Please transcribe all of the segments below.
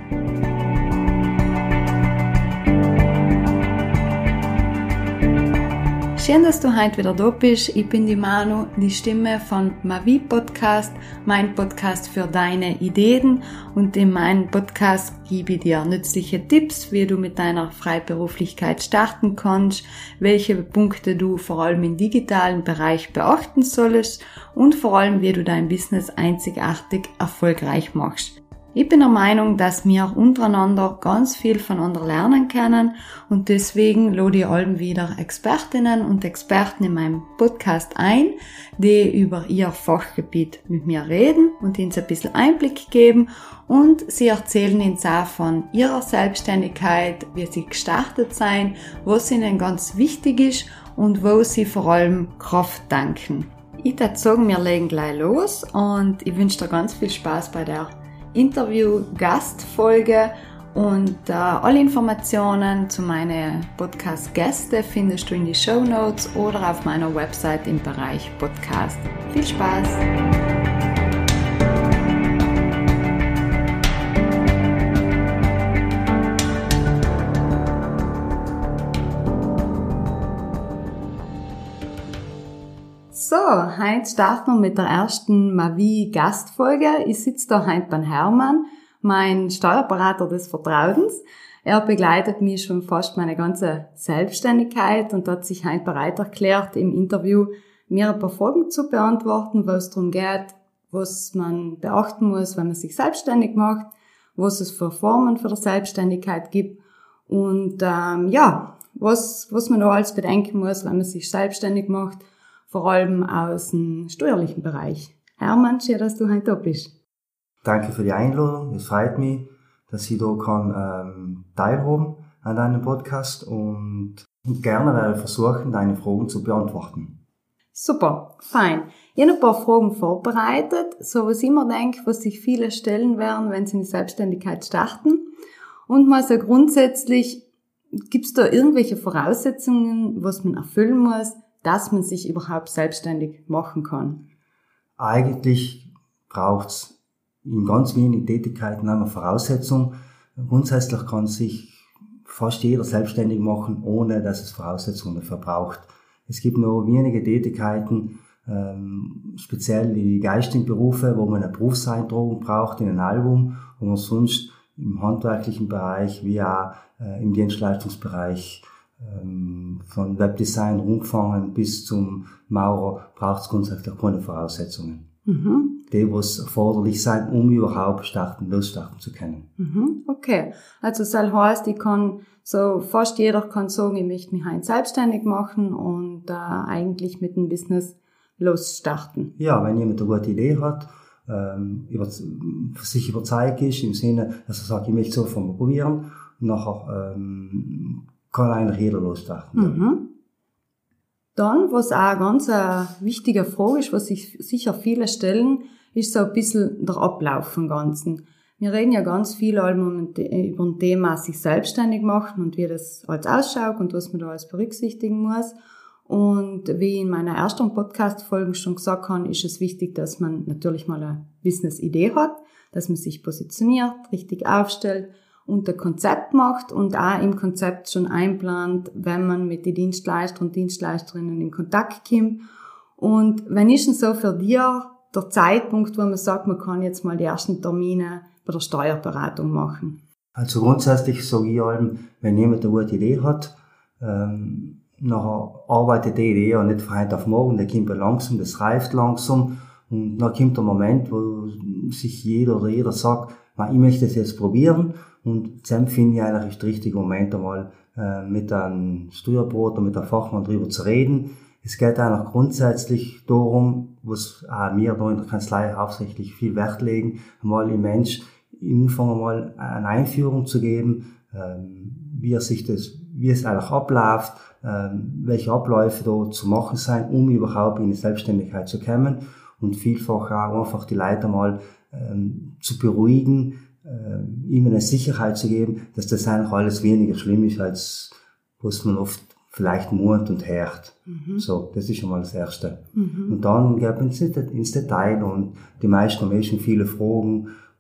Schön, dass du heute wieder da bist. Ich bin die Manu, die Stimme von Mavi Podcast, mein Podcast für deine Ideen. Und in meinem Podcast gebe ich dir nützliche Tipps, wie du mit deiner Freiberuflichkeit starten kannst, welche Punkte du vor allem im digitalen Bereich beachten solltest und vor allem, wie du dein Business einzigartig erfolgreich machst. Ich bin der Meinung, dass wir untereinander ganz viel voneinander lernen können und deswegen lade ich allem wieder Expertinnen und Experten in meinem Podcast ein, die über ihr Fachgebiet mit mir reden und ihnen ein bisschen Einblick geben und sie erzählen uns auch von ihrer Selbstständigkeit, wie sie gestartet sind, was ihnen ganz wichtig ist und wo sie vor allem Kraft tanken. Ich würde sagen, wir legen gleich los und ich wünsche dir ganz viel Spaß bei der Interview-Gastfolge und alle Informationen zu meinen Podcast-Gäste findest du in die Shownotes oder auf meiner Website im Bereich Podcast. Viel Spaß! So, heute starten wir mit der ersten Mavi-Gastfolge. Ich sitze da heute beim Hermann, mein Steuerberater des Vertrauens. Er begleitet mich schon fast meine ganze Selbstständigkeit und hat sich heute bereit erklärt, im Interview mir ein paar Fragen zu beantworten, wo es darum geht, was man beachten muss, wenn man sich selbstständig macht, was es für Formen für die Selbstständigkeit gibt und was man noch alles bedenken muss, wenn man sich selbstständig macht, vor allem aus dem steuerlichen Bereich. Hermann, schön, dass du heute da bist. Danke für die Einladung. Es freut mich, dass ich da teilhaben an deinem Podcast und gerne werde ich versuchen, deine Fragen zu beantworten. Super, fein. Ich habe ein paar Fragen vorbereitet, so was ich immer denke, was sich viele stellen werden, wenn sie in die Selbstständigkeit starten. Und mal so grundsätzlich, gibt es da irgendwelche Voraussetzungen, was man erfüllen muss, dass man sich überhaupt selbstständig machen kann? Eigentlich braucht's in ganz wenigen Tätigkeiten eine Voraussetzung. Grundsätzlich kann sich fast jeder selbstständig machen, ohne dass es Voraussetzungen dafür braucht. Es gibt noch wenige Tätigkeiten, speziell die geistigen Berufe, wo man eine Berufseintragung braucht in ein Album, wo man sonst im handwerklichen Bereich wie auch im Dienstleistungsbereich von Webdesign rumgefangen bis zum Maurer braucht es grundsätzlich keine Voraussetzungen. Die, was erforderlich sind, um überhaupt losstarten zu können. Okay. Also das heißt, fast jeder kann sagen, ich möchte mich heute selbstständig machen und eigentlich mit dem Business losstarten. Ja, wenn jemand eine gute Idee hat, für sich überzeugt ist, im Sinne, dass er sagt, ich möchte es so mal probieren, und nachher kann eigentlich jeder losstarten. Dann, was auch eine ganz wichtige Frage ist, was sich sicher viele stellen, ist so ein bisschen der Ablauf vom Ganzen. Wir reden ja ganz viel über ein Thema, sich selbstständig machen und wie das alles ausschaut und was man da alles berücksichtigen muss. Und wie ich in meiner ersten Podcast-Folge schon gesagt habe, ist es wichtig, dass man natürlich mal eine Business-Idee hat, dass man sich positioniert, richtig aufstellt und ein Konzept macht und auch im Konzept schon einplant, wenn man mit den Dienstleister und Dienstleisterinnen in Kontakt kommt. Und wenn ist denn so für dich der Zeitpunkt, wo man sagt, man kann jetzt mal die ersten Termine bei der Steuerberatung machen? Also grundsätzlich sage ich allem, wenn jemand eine gute Idee hat, nachher arbeitet die Idee ja nicht von heute auf morgen, der kommt langsam, das reift langsam und dann kommt der Moment, wo sich jeder sagt, ich möchte es jetzt probieren. Und dann finde ich eigentlich der richtige Moment einmal mit einem Steuerberater, mit einem Fachmann darüber zu reden. Es geht eigentlich grundsätzlich darum, was auch wir da in der Kanzlei hauptsächlich viel Wert legen, einmal im Mensch im Umfang einmal eine Einführung zu geben, wie es eigentlich abläuft, welche Abläufe da zu machen sind, um überhaupt in die Selbstständigkeit zu kommen und vielfach auch einfach die Leute mal zu beruhigen, ihm eine Sicherheit zu geben, dass das eigentlich alles weniger schlimm ist, als was man oft vielleicht murrt und hört. So, das ist schon mal das Erste. Und dann geht man ins Detail und die meisten haben schon viele Fragen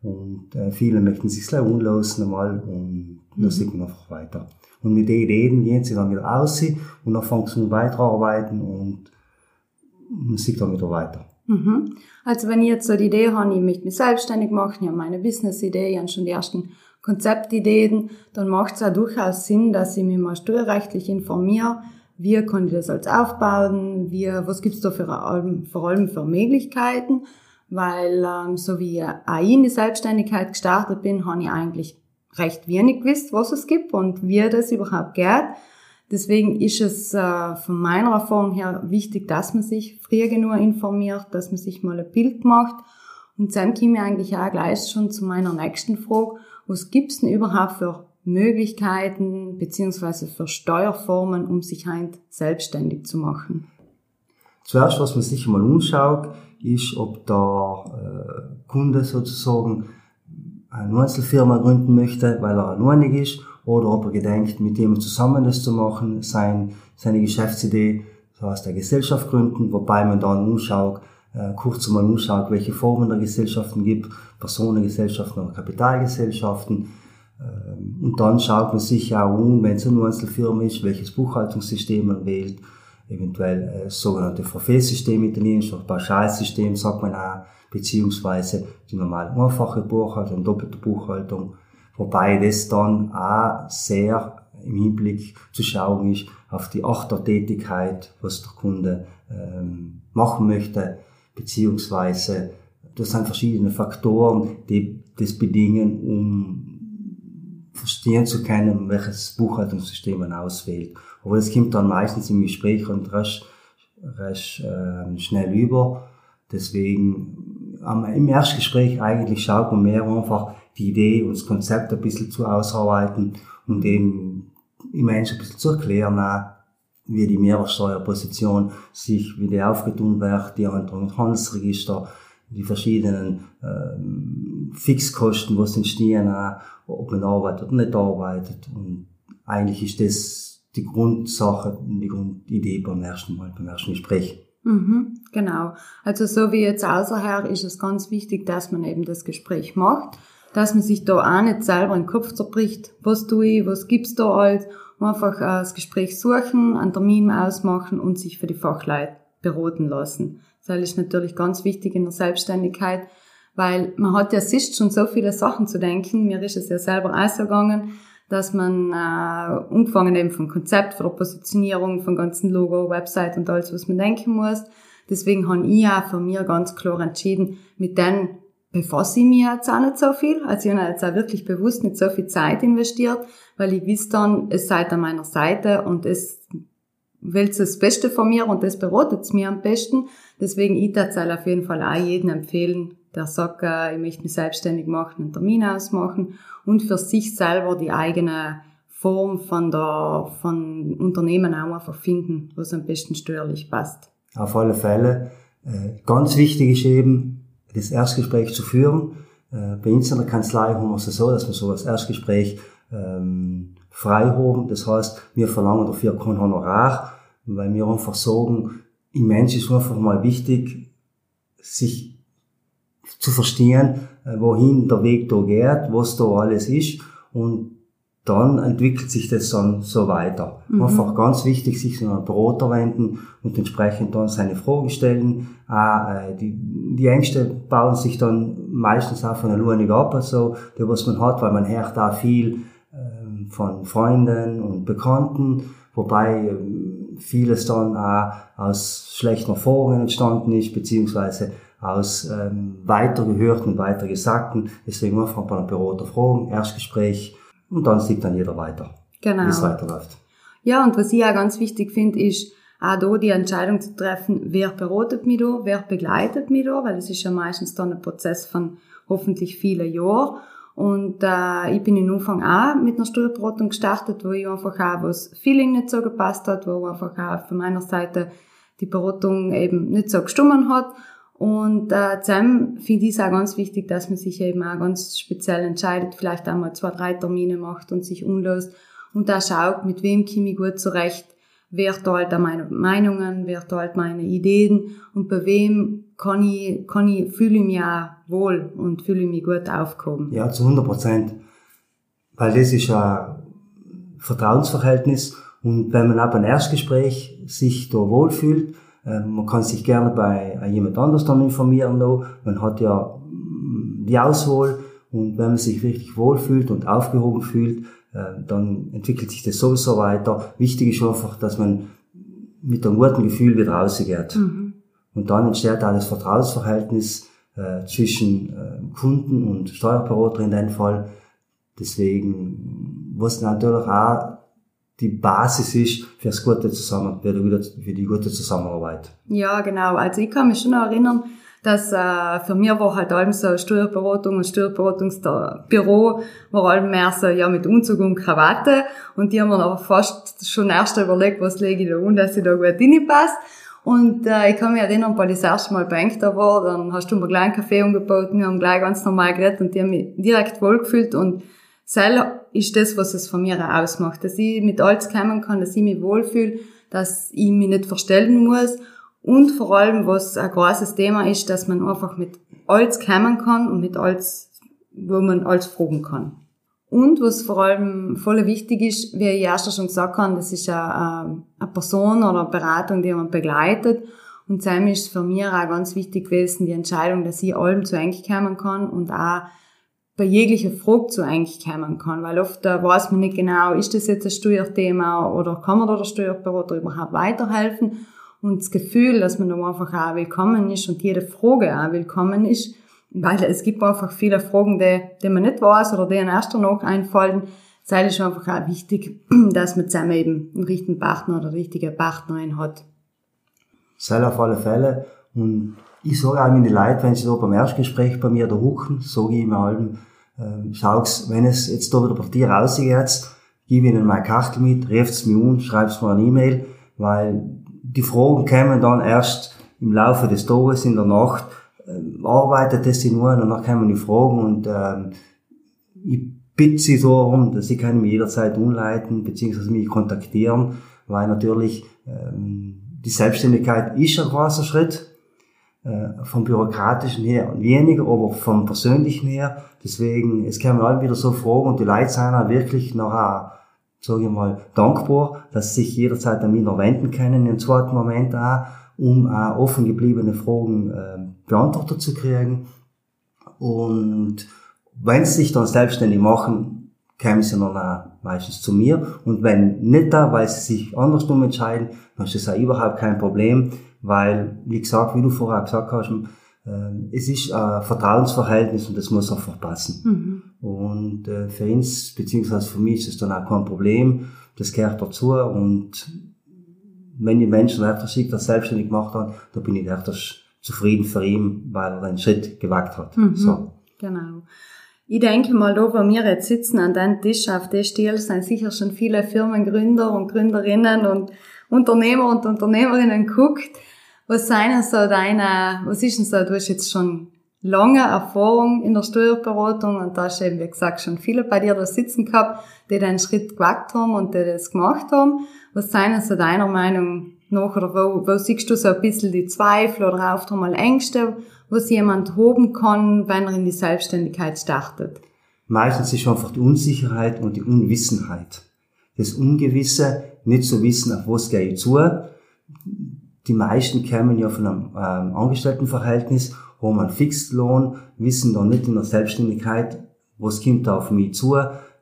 Und viele möchten sich gleich unlosen einmal und dann sieht man einfach weiter. Und mit den Ideen gehen sie dann wieder aus und dann fangen sie weiterarbeiten und man sieht dann wieder weiter. Mhm. Also wenn ich jetzt so die Idee habe, ich möchte mich selbstständig machen, ich habe meine Business-Idee, ich habe schon die ersten Konzeptideen, dann macht es auch durchaus Sinn, dass ich mich mal steuerrechtlich informiere, wie kann ich das als aufbauen, was gibt's da vor allem für Möglichkeiten, weil so wie ich in die Selbstständigkeit gestartet bin, habe ich eigentlich recht wenig gewusst, was es gibt und wie das überhaupt geht. Deswegen ist es von meiner Erfahrung her wichtig, dass man sich früh genug informiert, dass man sich mal ein Bild macht. Und dann komme ich eigentlich auch gleich schon zu meiner nächsten Frage. Was gibt's denn überhaupt für Möglichkeiten beziehungsweise für Steuerformen, um sich halt selbstständig zu machen? Zuerst, was man sich mal anschaut, ist, ob der Kunde sozusagen eine Einzelfirma gründen möchte, weil er alleinig ist, oder ob er gedenkt, mit jemandem zusammen das zu machen, seine Geschäftsidee, das heißt der Gesellschaft gründen, wobei man dann kurz mal anschaut, welche Formen der Gesellschaften gibt, Personengesellschaften oder Kapitalgesellschaften. Und dann schaut man sich auch an, wenn es eine Einzelfirma ist, welches Buchhaltungssystem man wählt, eventuell das sogenannte Forfaitsystem italienisch oder Pauschalsystem, sagt man auch, beziehungsweise die normale einfache Buchhaltung, doppelte Buchhaltung, wobei das dann auch sehr im Hinblick zu schauen ist auf die Achtertätigkeit, was der Kunde machen möchte, beziehungsweise das sind verschiedene Faktoren, die das bedingen, um verstehen zu können, welches Buchhaltungssystem man auswählt. Aber das kommt dann meistens im Gespräch und recht schnell über. Deswegen im Erstgespräch eigentlich schaut man mehr einfach die Idee und das Konzept ein bisschen zu ausarbeiten und eben im Menschen ein bisschen zu erklären, wie die Mehrwertsteuerposition sich, wie die aufgetun wird, die Eintragung im Handelsregister, die verschiedenen Fixkosten, was entstehen, ob man arbeitet oder nicht arbeitet. Und eigentlich ist das die Grundsache und die Grundidee beim ersten Gespräch. Mhm, genau. Also so wie jetzt außerher ist es ganz wichtig, dass man eben das Gespräch macht, dass man sich da auch nicht selber den Kopf zerbricht, was tue ich, was gibt's da alles, einfach das Gespräch suchen, einen Termin ausmachen und sich für die Fachleute beraten lassen. Das ist natürlich ganz wichtig in der Selbstständigkeit, weil man hat ja sonst schon so viele Sachen zu denken. Mir ist es ja selber auch so gegangen, dass man angefangen eben vom Konzept, von der Positionierung, vom ganzen Logo, Website und alles, was man denken muss. Deswegen habe ich auch von mir ganz klar entschieden, mit denen befasse ich mich jetzt auch nicht so viel. Also ich habe jetzt auch wirklich bewusst nicht so viel Zeit investiert, weil ich weiß dann, es seid an meiner Seite und es will das Beste von mir und das beratet mir am besten. Deswegen ich würde auf jeden Fall auch jedem empfehlen, der sagt, ich möchte mich selbstständig machen, einen Termin ausmachen und für sich selber die eigene Form von Unternehmen auch einfach finden, was am besten steuerlich passt. Auf alle Fälle. Ganz wichtig ist eben, das Erstgespräch zu führen. Bei uns in der Kanzlei haben wir es so, dass wir so das Erstgespräch frei haben. Das heißt, wir verlangen dafür kein Honorar, weil wir einfach sagen, im Mensch ist einfach mal wichtig, sich zu verstehen, wohin der Weg da geht, was da alles ist, und dann entwickelt sich das dann so weiter. Einfach ganz wichtig, sich so an einen Berater wenden und entsprechend dann seine Fragen stellen. Die Ängste bauen sich dann meistens auch von alleine ab, also das, was man hat, weil man hört auch viel von Freunden und Bekannten, wobei vieles dann auch aus schlechten Erfahrungen entstanden ist, beziehungsweise aus weitergehörten, weitergesagten. Deswegen einfach bei einem Berater fragen, Erstgespräch, und dann sieht dann jeder weiter, genau, wie es weiterläuft. Ja, und was ich auch ganz wichtig finde, ist auch da die Entscheidung zu treffen, wer beratet mich da, wer begleitet mich da, weil es ist ja meistens dann ein Prozess von hoffentlich vielen Jahren. Und ich bin am Anfang auch mit einer Steuerberatung gestartet, wo ich einfach auch, wo das Feeling nicht so gepasst hat, wo einfach auch von meiner Seite die Beratung eben nicht so gestimmt hat. Und zusammen finde ich es auch ganz wichtig, dass man sich eben auch ganz speziell entscheidet, vielleicht einmal 2-3 Termine macht und sich umlässt und da schaut, mit wem komme ich gut zurecht, wer teilt da meine Meinungen, wer teilt meine Ideen und bei wem fühle ich mich auch wohl und fühle mich gut aufgehoben. Ja, zu 100%. Weil das ist ein Vertrauensverhältnis und wenn man auch beim Erstgespräch sich da wohlfühlt, man kann sich gerne bei jemand anders dann informieren noch. Man hat ja die Auswahl und wenn man sich wirklich wohlfühlt und aufgehoben fühlt, dann entwickelt sich das sowieso weiter. Wichtig ist einfach, dass man mit einem guten Gefühl wieder rausgeht. Und dann entsteht auch das Vertrauensverhältnis zwischen Kunden und Steuerberater in dem Fall. Deswegen, was natürlich auch die Basis ist für die gute Zusammenarbeit. Ja, genau. Also ich kann mich schon noch erinnern, dass für mich war halt allem so Steuerberatung und Steuerberatungsbüro war allem mehr so ja mit Umzug und Krawatte und die haben mir aber fast schon erst überlegt, was lege ich da um, dass ich da gut reinpasse. Und ich kann mich erinnern, als ich das erste Mal bei Bank da war, dann hast du mir gleich einen Kaffee umgebaut, wir haben gleich ganz normal geredet und die haben mich direkt wohlgefühlt und selber ist das, was es von mir auch ausmacht, dass ich mit alles kommen kann, dass ich mich wohlfühle, dass ich mich nicht verstellen muss und vor allem, was ein großes Thema ist, dass man einfach mit alles kommen kann und mit alles, wo man alles fragen kann. Und was vor allem voll wichtig ist, wie ich erst schon gesagt habe, das ist eine Person oder eine Beratung, die man begleitet. Und deshalb ist für mich auch ganz wichtig gewesen, die Entscheidung, dass ich allem zu eigentlich kommen kann und auch bei jeglicher Frage zu eigentlich kommen kann. Weil oft weiß man nicht genau, ist das jetzt ein Steuerthema oder kann man da der Steuerberater überhaupt weiterhelfen? Und das Gefühl, dass man da einfach auch willkommen ist und jede Frage auch willkommen ist, weil es gibt einfach viele Fragen, die man nicht weiß oder die einem erst danach einfallen. Das ist einfach auch wichtig, dass man zusammen eben einen richtigen Partner oder eine richtige Partnerin hat. Das auf alle Fälle. Und ich sage auch meine Leute, wenn sie da beim Erstgespräch bei mir da hucken, sage ich immer allem, schau's, wenn es jetzt da wieder bei dir rausgeht, gib ihnen meine Kachtel mit, ruft's mich an, schreib's mir eine E-Mail, weil die Fragen kommen dann erst im Laufe des Tages, in der Nacht, arbeitet das in nur und dann kommen die Fragen und ich bitte sie darum, dass sie können mich jederzeit umleiten bzw. mich kontaktieren, weil natürlich die Selbstständigkeit ist ein großer Schritt, vom Bürokratischen her weniger, aber vom Persönlichen her. Deswegen, es kommen alle wieder so Fragen und die Leute sind auch wirklich nachher, sage ich mal, dankbar, dass sie sich jederzeit an mich noch wenden können, im zweiten Moment auch, um auch offen gebliebene Fragen beantwortet zu kriegen. Und wenn sie sich dann selbstständig machen, kommen sie dann auch meistens zu mir. Und wenn nicht da, weil sie sich andersrum entscheiden, dann ist das auch überhaupt kein Problem, weil, wie gesagt, wie du vorher gesagt hast, es ist ein Vertrauensverhältnis und das muss einfach passen. Und für uns, beziehungsweise für mich, ist es dann auch kein Problem, das gehört dazu und wenn die Menschen einfach sich das selbstständig gemacht haben, da bin ich echt zufrieden für ihn, weil er den Schritt gewagt hat. So. Genau. Ich denke mal, da wo wir jetzt sitzen an dem Tisch, auf dem Stil, sind sicher schon viele Firmengründer und Gründerinnen und Unternehmer und Unternehmerinnen geguckt. Was ist denn so, du hast jetzt schon lange Erfahrung in der Steuerberatung und da hast eben, wie gesagt, schon viele bei dir da sitzen gehabt, die den Schritt gewagt haben und die das gemacht haben. Was sind denn so deiner Meinung nach oder wo siehst du so ein bisschen die Zweifel oder auch einmal Ängste, was jemand haben kann, wenn er in die Selbstständigkeit startet? Meistens ist einfach die Unsicherheit und die Unwissenheit. Das Ungewisse, nicht zu wissen, auf was gehe ich zu. Die meisten kommen ja von einem Angestelltenverhältnis, haben einen Fixlohn, wissen dann nicht in der Selbstständigkeit, was kommt da auf mich zu,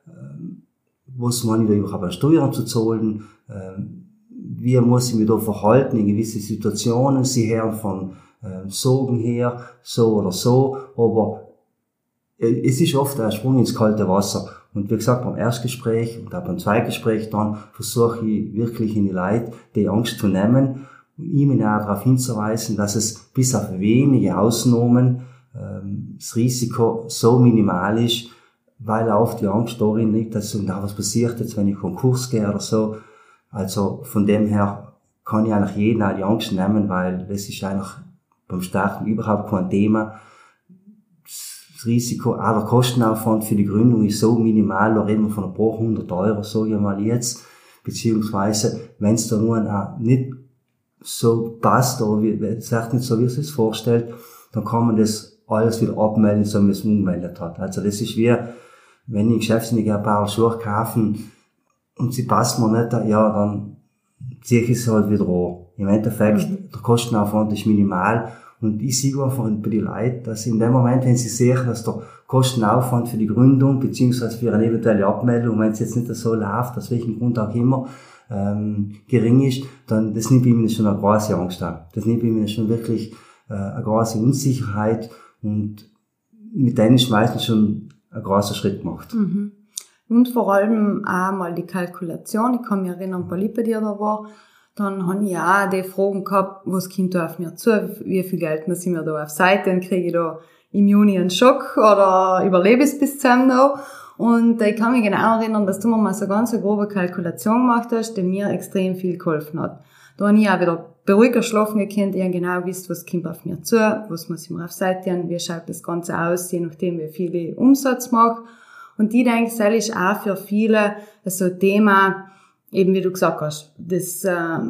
was man da überhaupt an Steuern zu zahlen, wie muss ich mich da verhalten in gewisse Situationen, sie hören von Sorgen her, so oder so, aber es ist oft ein Sprung ins kalte Wasser. Und wie gesagt, beim Erstgespräch und auch beim Zweitgespräch dann versuche ich wirklich in die Leute die Angst zu nehmen, ihm auch darauf hinzuweisen, dass es bis auf wenige Ausnahmen das Risiko so minimal ist, weil oft die Angst darin liegt, dass was passiert jetzt, wenn ich Konkurs gehe oder so. Also von dem her kann ich eigentlich jeden auch die Angst nehmen, weil das ist eigentlich beim Starten überhaupt kein Thema. Das Risiko, auch der Kostenaufwand für die Gründung ist so minimal, da reden wir von ein paar 100 Euro, sage ich mal jetzt, beziehungsweise wenn es da nur auch nicht so passt oder sagt nicht so, wie es sich vorstellt, dann kann man das alles wieder abmelden, so wie es umgemeldet hat. Also das ist wie, wenn ich geschäftlich ein paar Schuhe kaufen und sie passen mir nicht, ja, dann ziehe ich es halt wieder an. Im Endeffekt, der Kostenaufwand ist minimal und ich sehe einfach bei den Leuten, dass in dem Moment, wenn sie sehen, dass der Kostenaufwand für die Gründung beziehungsweise für eine eventuelle Abmeldung, wenn es jetzt nicht so läuft, aus welchem Grund auch immer, gering ist, dann das nimmt bei mir schon eine große Angst an. Das nimmt bei mir schon wirklich eine große Unsicherheit und mit denen ist meistens schon ein großer Schritt gemacht. Mhm. Und vor allem auch mal die Kalkulation. Ich kann mich erinnern, bei dir da war, dann habe ich auch die Fragen gehabt, was kommt da auf mir zu, wie viel Geld muss ich mir da auf Seite, dann kriege ich da im Juni einen Schock oder überlebe es bis zum Ende. Und ich kann mich genau erinnern, dass du mir mal so ganz eine grobe Kalkulation gemacht hast, die mir extrem viel geholfen hat. Da habe ich auch wieder beruhiger schlafen gekannt, ich habe genau gewusst, was kommt auf mir zu, was muss ich mir auf Seite tun, wie schaut das Ganze aus, je nachdem, wie viel ich Umsatz mache. Und ich denke, das ist auch für viele so ein Thema, eben wie du gesagt hast, das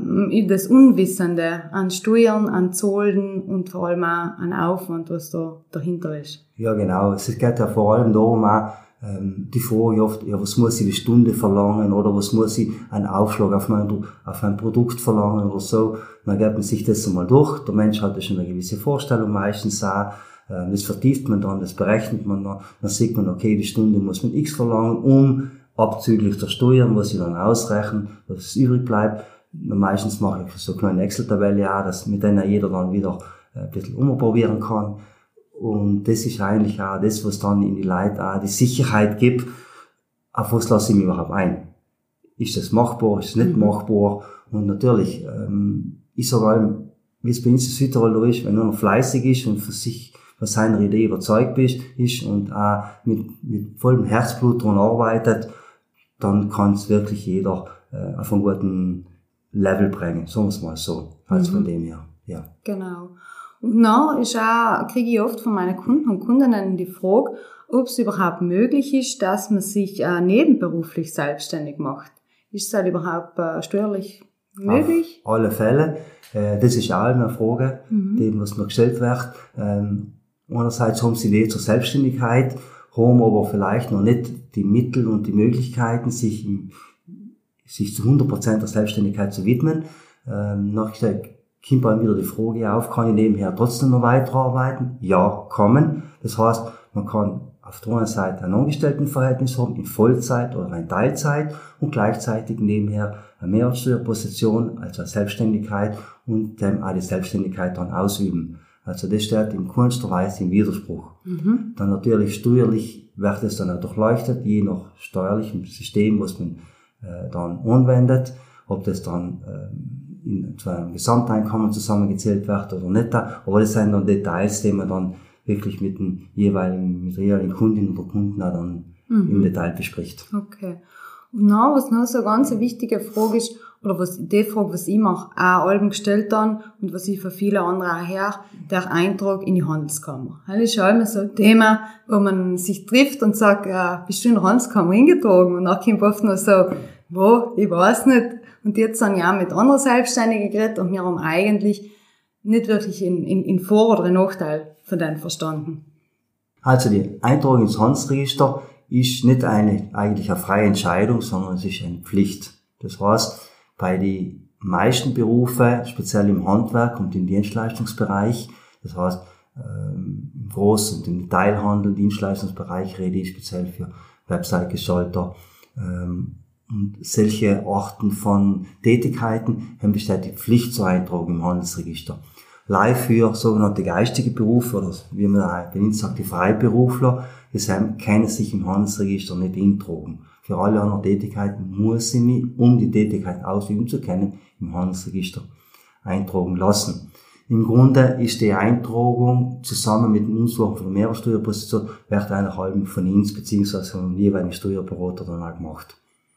Unwissende an Steuern, an Zollen und vor allem auch an Aufwand, was da dahinter ist. Ja, genau. Es geht ja vor allem darum auch, die Frage oft, ja, was muss ich die Stunde verlangen oder was muss ich einen Aufschlag auf ein Produkt verlangen oder so. Dann geht man sich das einmal durch. Der Mensch hat ja schon eine gewisse Vorstellung meistens auch. Das vertieft man dann, das berechnet man dann. Dann sieht man, okay, die Stunde muss man X verlangen, um abzüglich der Steuern, was ich dann ausrechnen, was übrig bleibt. Meistens mache ich so eine kleine Excel-Tabelle auch, dass mit denen jeder dann wieder ein bisschen umprobieren kann. Und das ist eigentlich auch das, was dann in die Leute auch die Sicherheit gibt, auf was lasse ich mich überhaupt ein. Ist das machbar, ist es nicht machbar? Und natürlich, ich sage allem, wie es bei uns in Südtirol ist, wenn einer fleißig ist und für sich, von seiner Idee überzeugt ist und auch mit vollem Herzblut daran arbeitet, dann kann es wirklich jeder auf einen guten Level bringen, sagen wir es mal so. Also von dem her, ja. Genau. Und dann kriege ich oft von meinen Kunden und Kundinnen die Frage, ob es überhaupt möglich ist, dass man sich nebenberuflich selbstständig macht. Ist es halt überhaupt steuerlich möglich? Auf alle Fälle. Das ist auch eine Frage, die was mir gestellt wird. Einerseits haben sie die zur Selbstständigkeit, haben aber vielleicht noch nicht die Mittel und die Möglichkeiten, sich zu 100% der Selbstständigkeit zu widmen. Nachher kommt bei mir wieder die Frage auf, kann ich nebenher trotzdem noch weiterarbeiten? Ja, kann man. Das heißt, man kann auf der einen Seite ein Angestelltenverhältnis haben, in Vollzeit oder in Teilzeit und gleichzeitig nebenher eine Mehrwertsteuerposition, also eine Selbstständigkeit und dann auch die Selbstständigkeit dann ausüben. Also das steht in keinster Weise im Widerspruch. Dann natürlich steuerlich wird es dann auch durchleuchtet, je nach steuerlichem System, was man dann anwendet, ob das dann zu einem Gesamteinkommen zusammengezählt wird oder nicht. Aber das sind dann Details, die man dann wirklich mit den jeweiligen Kundinnen oder Kunden auch dann im Detail bespricht. Okay. Und dann, was noch so eine ganz wichtige Frage ist, oder die Frage, was ich mache, auch Alben gestellt dann und was ich für viele andere auch höre, der Eintrag in die Handelskammer. Das ist ja immer so ein Thema, wo man sich trifft und sagt, bist du in der Handelskammer eingetragen? Und dann kommt oft noch so, ich weiß nicht. Und jetzt sind ja auch mit anderen Selbstständigen geredet und wir haben eigentlich nicht wirklich in Vor- oder in Nachteil von denen verstanden. Also die Eintragung ins Handelsregister ist nicht eigentlich eine freie Entscheidung, sondern es ist eine Pflicht. Das heißt, bei den meisten Berufen, speziell im Handwerk und im Dienstleistungsbereich, das heißt im Groß- und im Detailhandel, Dienstleistungsbereich rede ich speziell für Website-Gestalter und solche Arten von Tätigkeiten haben besteht die Pflicht zur Eintragung im Handelsregister. Live für sogenannte geistige Berufe oder wie man bei uns sagt, die Freiberufler, die können sich im Handelsregister nicht eintragen. Für alle anderen Tätigkeiten muss ich mich, um die Tätigkeit ausüben zu können, im Handelsregister eintragen lassen. Im Grunde ist die Eintragung zusammen mit dem Umsuchen von der Mehrwertsteuerposition wird eigentlich von uns bzw. vom jeweiligen Steuerberater dann auch gemacht.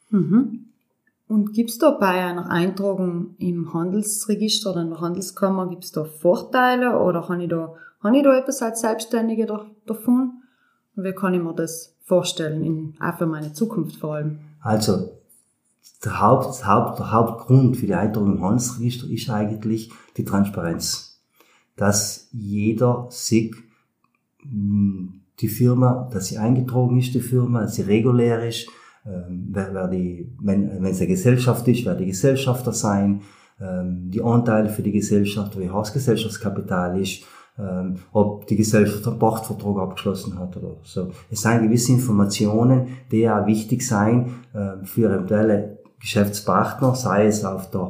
Und gibt's da bei einer Eintragung im Handelsregister oder in der Handelskammer, gibt's da Vorteile oder habe ich da etwas als Selbstständige davon? Und wie kann ich mir das vorstellen, auch für meine Zukunft vor allem? Also, der Hauptgrund für die Eintragung im Handelsregister ist eigentlich die Transparenz. Dass jeder sieht, die Firma, dass sie eingetragen ist, die Firma, dass sie regulär ist, wenn es eine Gesellschaft ist, wer die Gesellschafter sein, die Anteile für die Gesellschaft, wie hoch das Gesellschaftskapital ist, ob die Gesellschaft einen Pachtvertrag abgeschlossen hat oder so. Es sind gewisse Informationen, die auch wichtig sein für eventuelle Geschäftspartner, sei es auf der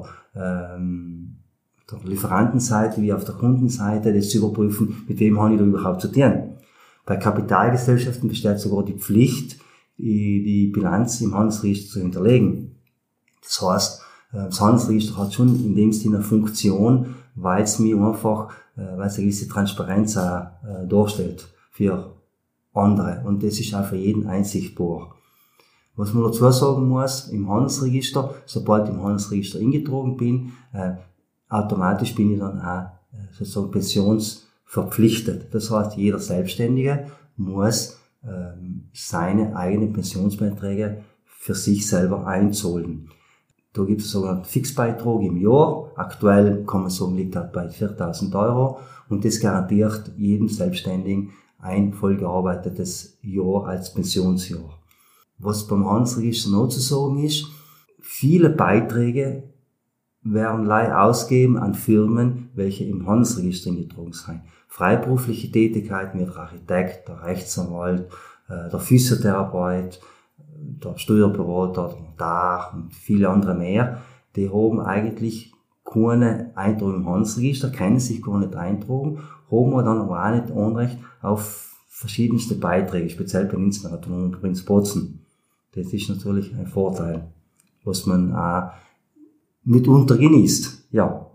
Lieferantenseite wie auf der Kundenseite, das zu überprüfen, mit wem habe ich da überhaupt zu tun. Bei Kapitalgesellschaften besteht sogar die Pflicht, die Bilanz im Handelsregister zu hinterlegen. Das heißt, das Handelsregister hat schon in dem Sinne eine Funktion, weil es mir einfach, weil es eine gewisse Transparenz auch darstellt für andere. Und das ist auch für jeden einsichtbar. Was man dazu sagen muss, im Handelsregister, sobald ich im Handelsregister eingetragen bin, automatisch bin ich dann auch sozusagen pensionsverpflichtet. Das heißt, jeder Selbstständige muss seine eigenen Pensionsbeiträge für sich selber einzahlen. Da gibt es sogar einen Fixbeitrag im Jahr. Aktuell kann man sagen, liegt halt bei 4.000 € und das garantiert jedem Selbstständigen ein vollgearbeitetes Jahr als Pensionsjahr. Was beim Handelsregister noch zu sagen ist, viele Beiträge werden ausgegeben an Firmen, welche im Handelsregister eingetragen sind. Freiberufliche Tätigkeiten wie der Architekt, der Rechtsanwalt, der Physiotherapeut, der Steuerberater, der Notar und viele andere mehr, die haben eigentlich keine Eintragung im Handelsregister, können sich gar nicht eintragen, haben dann aber auch nicht Anrecht auf verschiedenste Beiträge, speziell bei uns in der autonomen Provinz Bozen. Das ist natürlich ein Vorteil, was man auch mitunter genießt. Ja.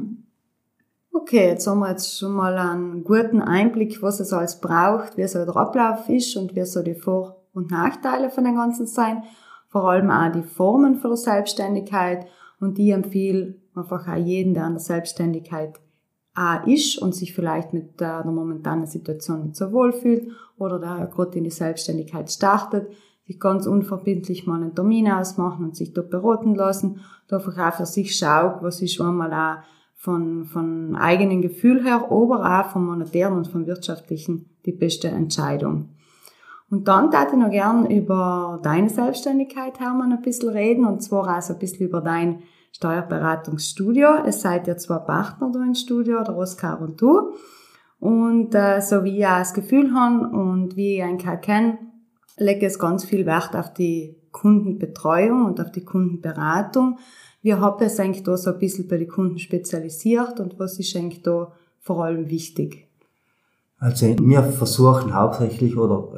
Okay, jetzt haben wir jetzt schon mal einen guten Einblick, was es alles braucht, wie so der Ablauf ist und wie so die Vor- und Nachteile von dem Ganzen sein. Vor allem auch die Formen für die Selbstständigkeit. Und ich empfehle einfach auch jeden, der an der Selbstständigkeit auch ist und sich vielleicht mit der momentanen Situation nicht so wohl fühlt oder der ja gerade in die Selbstständigkeit startet, sich ganz unverbindlich mal einen Termin ausmachen und sich dort beraten lassen, da einfach auch für sich schaut, was ist schon mal auch von eigenen Gefühl her, aber auch vom monetären und vom wirtschaftlichen die beste Entscheidung. Und dann darf ich noch gern über deine Selbstständigkeit, Hermann, ein bisschen reden, und zwar auch so ein bisschen über dein Steuerberatungsstudio. Es seid ja zwei Partner da im Studio, der Oskar und du. Und so wie ich auch das Gefühl habe und wie ich einen kenne, lege ich ganz viel Wert auf die Kundenbetreuung und auf die Kundenberatung. Wie habt ihr es eigentlich da so ein bisschen bei den Kunden spezialisiert und was ist eigentlich da vor allem wichtig? Also wir versuchen hauptsächlich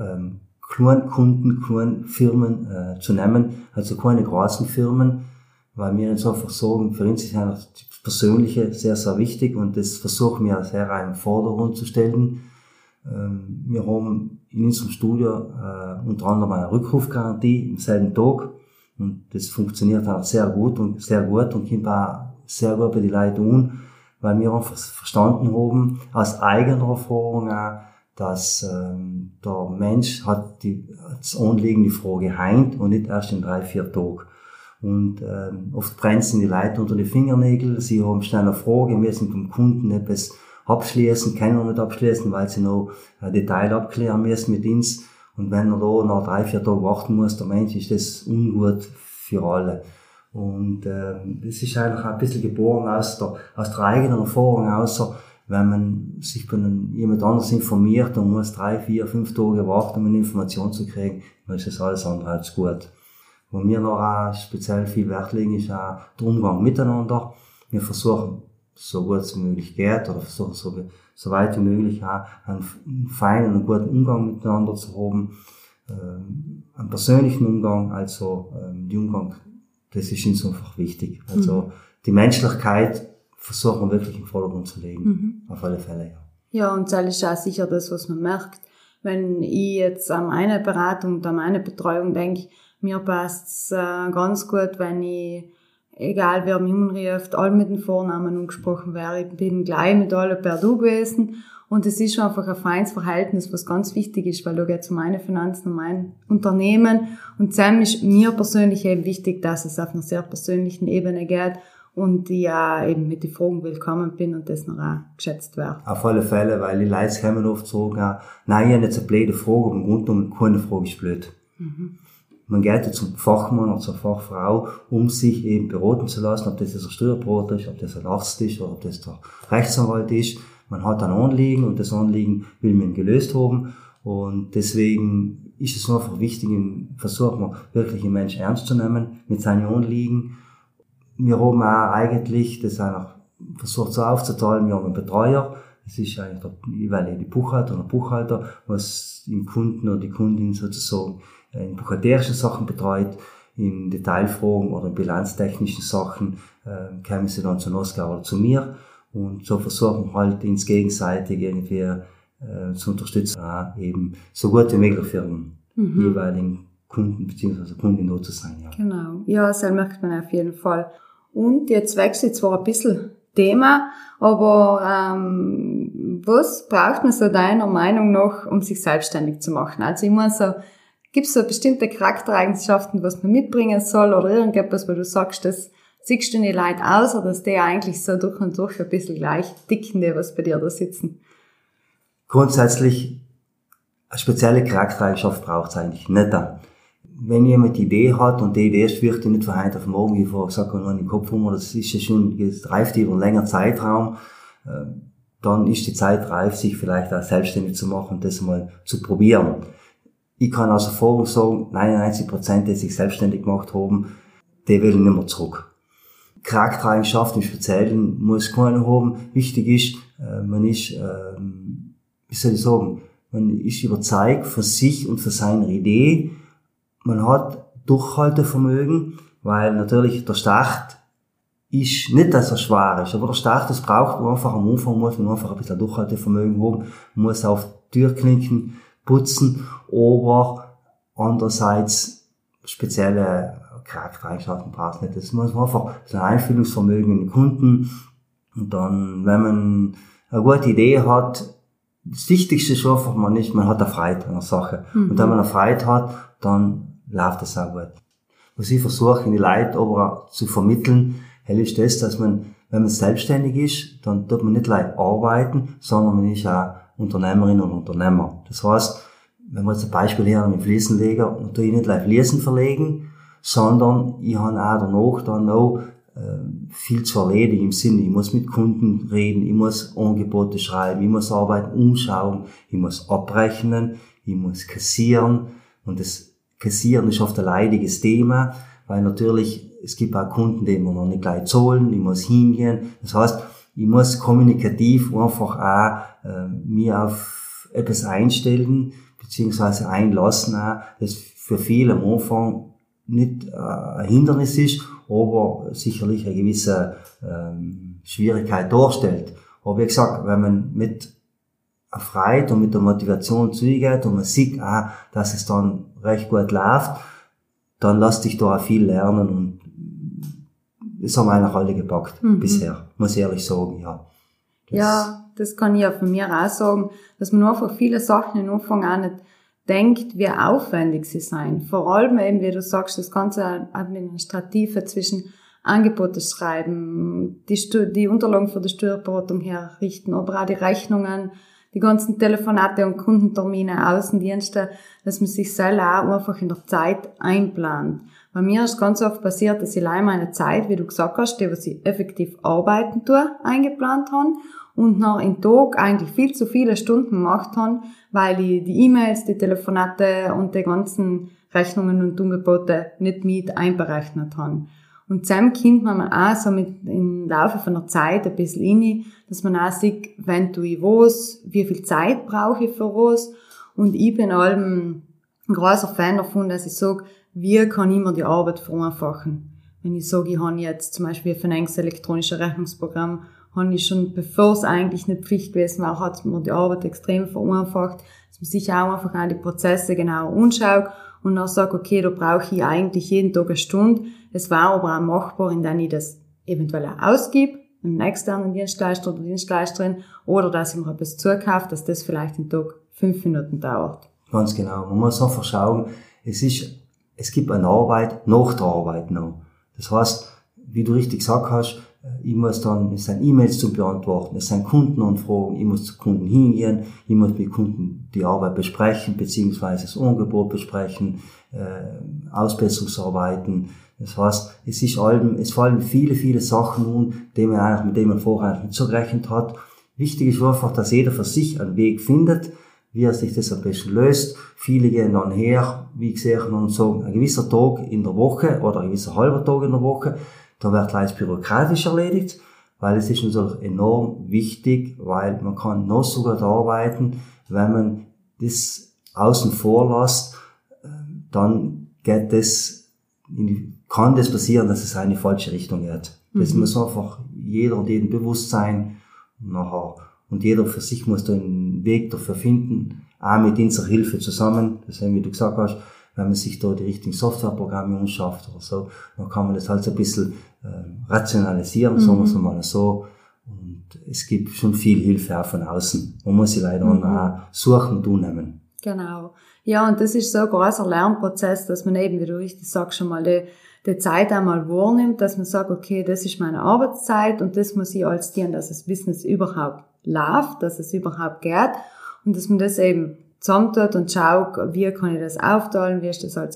Kleinkunden, Kleinfirmen zu nehmen, also keine großen Firmen, weil wir jetzt einfach sagen, für uns ist einfach das Persönliche sehr, sehr wichtig und das versuchen wir sehr im Vordergrund zu stellen. Wir haben in unserem Studio unter anderem eine Rückrufgarantie im selben Tag und das funktioniert auch sehr gut und kommt auch sehr gut bei den Leuten an, weil wir einfach verstanden haben, aus eigener Erfahrung auch, dass der Mensch hat das Anliegen, die Frage heint und nicht erst in 3-4 Tagen. Und oft bremsen die Leute unter die Fingernägel, sie haben schnell eine Frage, müssen vom Kunden etwas abschließen, können wir nicht abschließen, weil sie noch ein Detail abklären müssen mit uns. Und wenn er da nach 3-4 Tagen warten muss, der Mensch, ist das ungut für alle. Und das ist eigentlich ein bisschen geboren aus der eigenen Erfahrung, außer wenn man sich bei jemand anderes informiert und muss 3, 4, 5 Tage warten, um eine Information zu kriegen, dann ist das alles andere als gut. Wo wir noch auch speziell viel Wert legen, ist auch der Umgang miteinander. Wir versuchen, so gut es möglich geht, oder versuchen so weit wie möglich auch einen feinen und guten Umgang miteinander zu haben. Einen persönlichen Umgang, also die Umgang, das ist uns einfach wichtig. Also die Menschlichkeit versuchen wir wirklich im Vordergrund zu legen. Auf alle Fälle, ja. Ja, und das ist auch sicher das, was man merkt. Wenn ich jetzt an meine Beratung und an meine Betreuung denke, mir passt's ganz gut, wenn ich, egal wer mich anruft, alle mit den Vornamen angesprochen wäre. Ich bin gleich mit allen per Du gewesen. Und es ist einfach ein feines Verhältnis, was ganz wichtig ist, weil da geht es um meine Finanzen, um mein Unternehmen. Und zusammen ist mir persönlich eben wichtig, dass es auf einer sehr persönlichen Ebene geht und ich auch eben mit den Fragen willkommen bin und das noch auch geschätzt wird. Auf alle Fälle, weil die Leute kommen oft sagen, nein, ich habe jetzt eine blöde Frage, aber im Grunde genommen keine Frage ist blöd. Man geht ja zum Fachmann oder zur Fachfrau, um sich eben beraten zu lassen, ob das ein Steuerberater ist, ob das ein Arzt ist oder ob das der Rechtsanwalt ist. Man hat ein Anliegen und das Anliegen will man gelöst haben. Und deswegen ist es einfach wichtig, versuchen wir wirklich den Menschen ernst zu nehmen mit seinen Anliegen. Wir haben auch eigentlich, das auch versucht so aufzuteilen, wir haben einen Betreuer, das ist eigentlich der jeweilige Buchhalter oder Buchhalter, was den Kunden oder die Kundin sozusagen in buchhalterischen Sachen betreut, in Detailfragen oder in bilanztechnischen Sachen kommen sie dann zu Oskar oder zu mir und so versuchen wir halt uns gegenseitig irgendwie zu unterstützen, eben so gut wie möglich für den jeweiligen Kunden bzw. Kundin da zu sein. Ja. Genau, ja, das merkt man auf jeden Fall. Und jetzt wechselt zwar ein bisschen Thema, aber was braucht man so deiner Meinung nach, um sich selbstständig zu machen? Also ich meine so, gibt es so bestimmte Charaktereigenschaften, was man mitbringen soll oder irgendetwas, wo du sagst, das siehst du nicht Leute aus oder dass die eigentlich so durch und durch ein bisschen gleich dicken, die was bei dir da sitzen? Grundsätzlich, eine spezielle Charaktereigenschaft braucht es eigentlich nicht. Wenn jemand die Idee hat und die Idee wird nicht von heute auf morgen, wie ich vorher gesagt habe, nur in den Kopf rum, das ist ja schon, das reift über einen längeren Zeitraum, dann ist die Zeit reif, sich vielleicht auch selbstständig zu machen und das mal zu probieren. Ich kann aus Erfahrung sagen, 99%, die sich selbstständig gemacht haben, die wollen nicht mehr zurück. Charaktereigenschaften im Speziellen muss keiner haben. Wichtig ist, man ist, wie soll ich sagen, man ist überzeugt von sich und von seiner Idee. Man hat Durchhaltevermögen, weil natürlich der Start ist nicht, dass er schwer ist, aber der Start, das braucht man einfach am Anfang, muss man einfach ein bisschen Durchhaltevermögen haben, man muss auf Türklinken putzen, aber andererseits spezielle Charaktereigenschaften braucht es nicht. Das muss man einfach so ein Einfühlungsvermögen in den Kunden und dann, wenn man eine gute Idee hat, das Wichtigste ist einfach, man hat eine Freude an der Sache. Und wenn man eine Freude hat, dann läuft das auch gut. Was ich versuche, in die Leute aber zu vermitteln, ist das, dass man, wenn man selbstständig ist, dann tut man nicht gleich arbeiten, sondern man ist auch Unternehmerin und Unternehmer. Das heißt, wenn wir jetzt ein Beispiel hier mit Fliesenleger, dann tue ich nicht gleich Fliesen verlegen, sondern ich habe auch danach dann auch viel zu erledigen im Sinne, ich muss mit Kunden reden, ich muss Angebote schreiben, ich muss Arbeiten umschauen, ich muss abrechnen, ich muss kassieren und das Kassieren ist oft ein leidiges Thema, weil natürlich es gibt auch Kunden, die mir noch nicht gleich zahlen, ich muss hingehen, das heißt, ich muss kommunikativ einfach auch mir auf etwas einstellen, beziehungsweise einlassen auch, das für viele am Anfang nicht ein Hindernis ist, aber sicherlich eine gewisse Schwierigkeit darstellt. Aber wie gesagt, wenn man mit der Freude und mit der Motivation zugeht und man sieht auch, dass es dann recht gut läuft, dann lässt sich da auch viel lernen und das haben wir eigentlich alle gepackt bisher, muss ich ehrlich sagen, ja. Das kann ich ja von mir auch sagen, dass man einfach viele Sachen am Anfang auch nicht denkt, wie aufwendig sie sein. Vor allem eben, wie du sagst, das ganze Administrative zwischen Angebote schreiben, die Unterlagen für die Steuerberatung herrichten, aber auch die Rechnungen, die ganzen Telefonate und Kundentermine, Außendienste, dass man sich selber auch einfach in der Zeit einplant. Bei mir ist ganz oft passiert, dass ich allein meine Zeit, wie du gesagt hast, die, was ich effektiv arbeiten tue, eingeplant habe und nach einem Tag eigentlich viel zu viele Stunden gemacht habe, weil ich die E-Mails, die Telefonate und die ganzen Rechnungen und Angebote nicht mit einberechnet habe. Und zusammen kommt man auch so im Laufe von der Zeit ein bisschen rein, dass man auch sieht, wenn tue ich was, wie viel Zeit brauche ich für was. Und ich bin allem ein großer Fan davon, dass ich sage, wie kann ich mir die Arbeit vereinfachen. Wenn ich sage, ich habe jetzt zum Beispiel für ein elektronisches Rechnungsprogramm, habe ich schon, bevor es eigentlich nicht Pflicht gewesen war, hat mir die Arbeit extrem vereinfacht, dass man sich auch einfach an die Prozesse genauer anschaut und dann sagt, okay, da brauche ich eigentlich jeden Tag eine Stunde. Es war aber auch machbar, indem ich das eventuell auch ausgebe, einem externen Dienstleister oder Dienstleisterin, oder dass ich mir etwas zukaufe, dass das vielleicht einen Tag 5 Minuten dauert. Ganz genau. Man muss einfach schauen, es gibt eine Arbeit nach der Arbeit noch. Das heißt, wie du richtig gesagt hast, es sind E-Mails zu beantworten, es sind Kundenanfragen, ich muss zu Kunden hingehen, ich muss mit Kunden die Arbeit besprechen, beziehungsweise das Angebot besprechen, Ausbesserungsarbeiten. Das heißt, es fallen viele, viele Sachen an, mit denen man vorher nicht so gerechnet hat. Wichtig ist einfach, dass jeder für sich einen Weg findet, wie er sich das am besten löst. Viele gehen dann her, wie ich sehe, und sagen, ein gewisser Tag in der Woche oder ein gewisser halber Tag in der Woche, da wird gleich bürokratisch erledigt, weil es ist natürlich enorm wichtig, weil man kann noch so gut arbeiten, wenn man das außen vor lässt, dann kann das passieren, dass es in eine falsche Richtung geht. Das muss einfach jeder und jedem bewusst sein, und jeder für sich muss da einen Weg dafür finden, auch mit unserer Hilfe zusammen, das wie du gesagt hast, wenn man sich da die richtigen Softwareprogramme anschafft oder so, dann kann man das halt so ein bisschen rationalisieren, sagen wir es mal so. Und es gibt schon viel Hilfe auch von außen. Man muss sie leider auch suchen und annehmen. Genau. Ja, und das ist so ein großer Lernprozess, dass man eben, wie du richtig sagst, schon mal die Zeit einmal wahrnimmt, dass man sagt, okay, das ist meine Arbeitszeit und das muss ich alles tun, dass das Business überhaupt läuft, dass es überhaupt geht und dass man das eben zusammentut und schaut, wie kann ich das aufteilen, wie ist das alles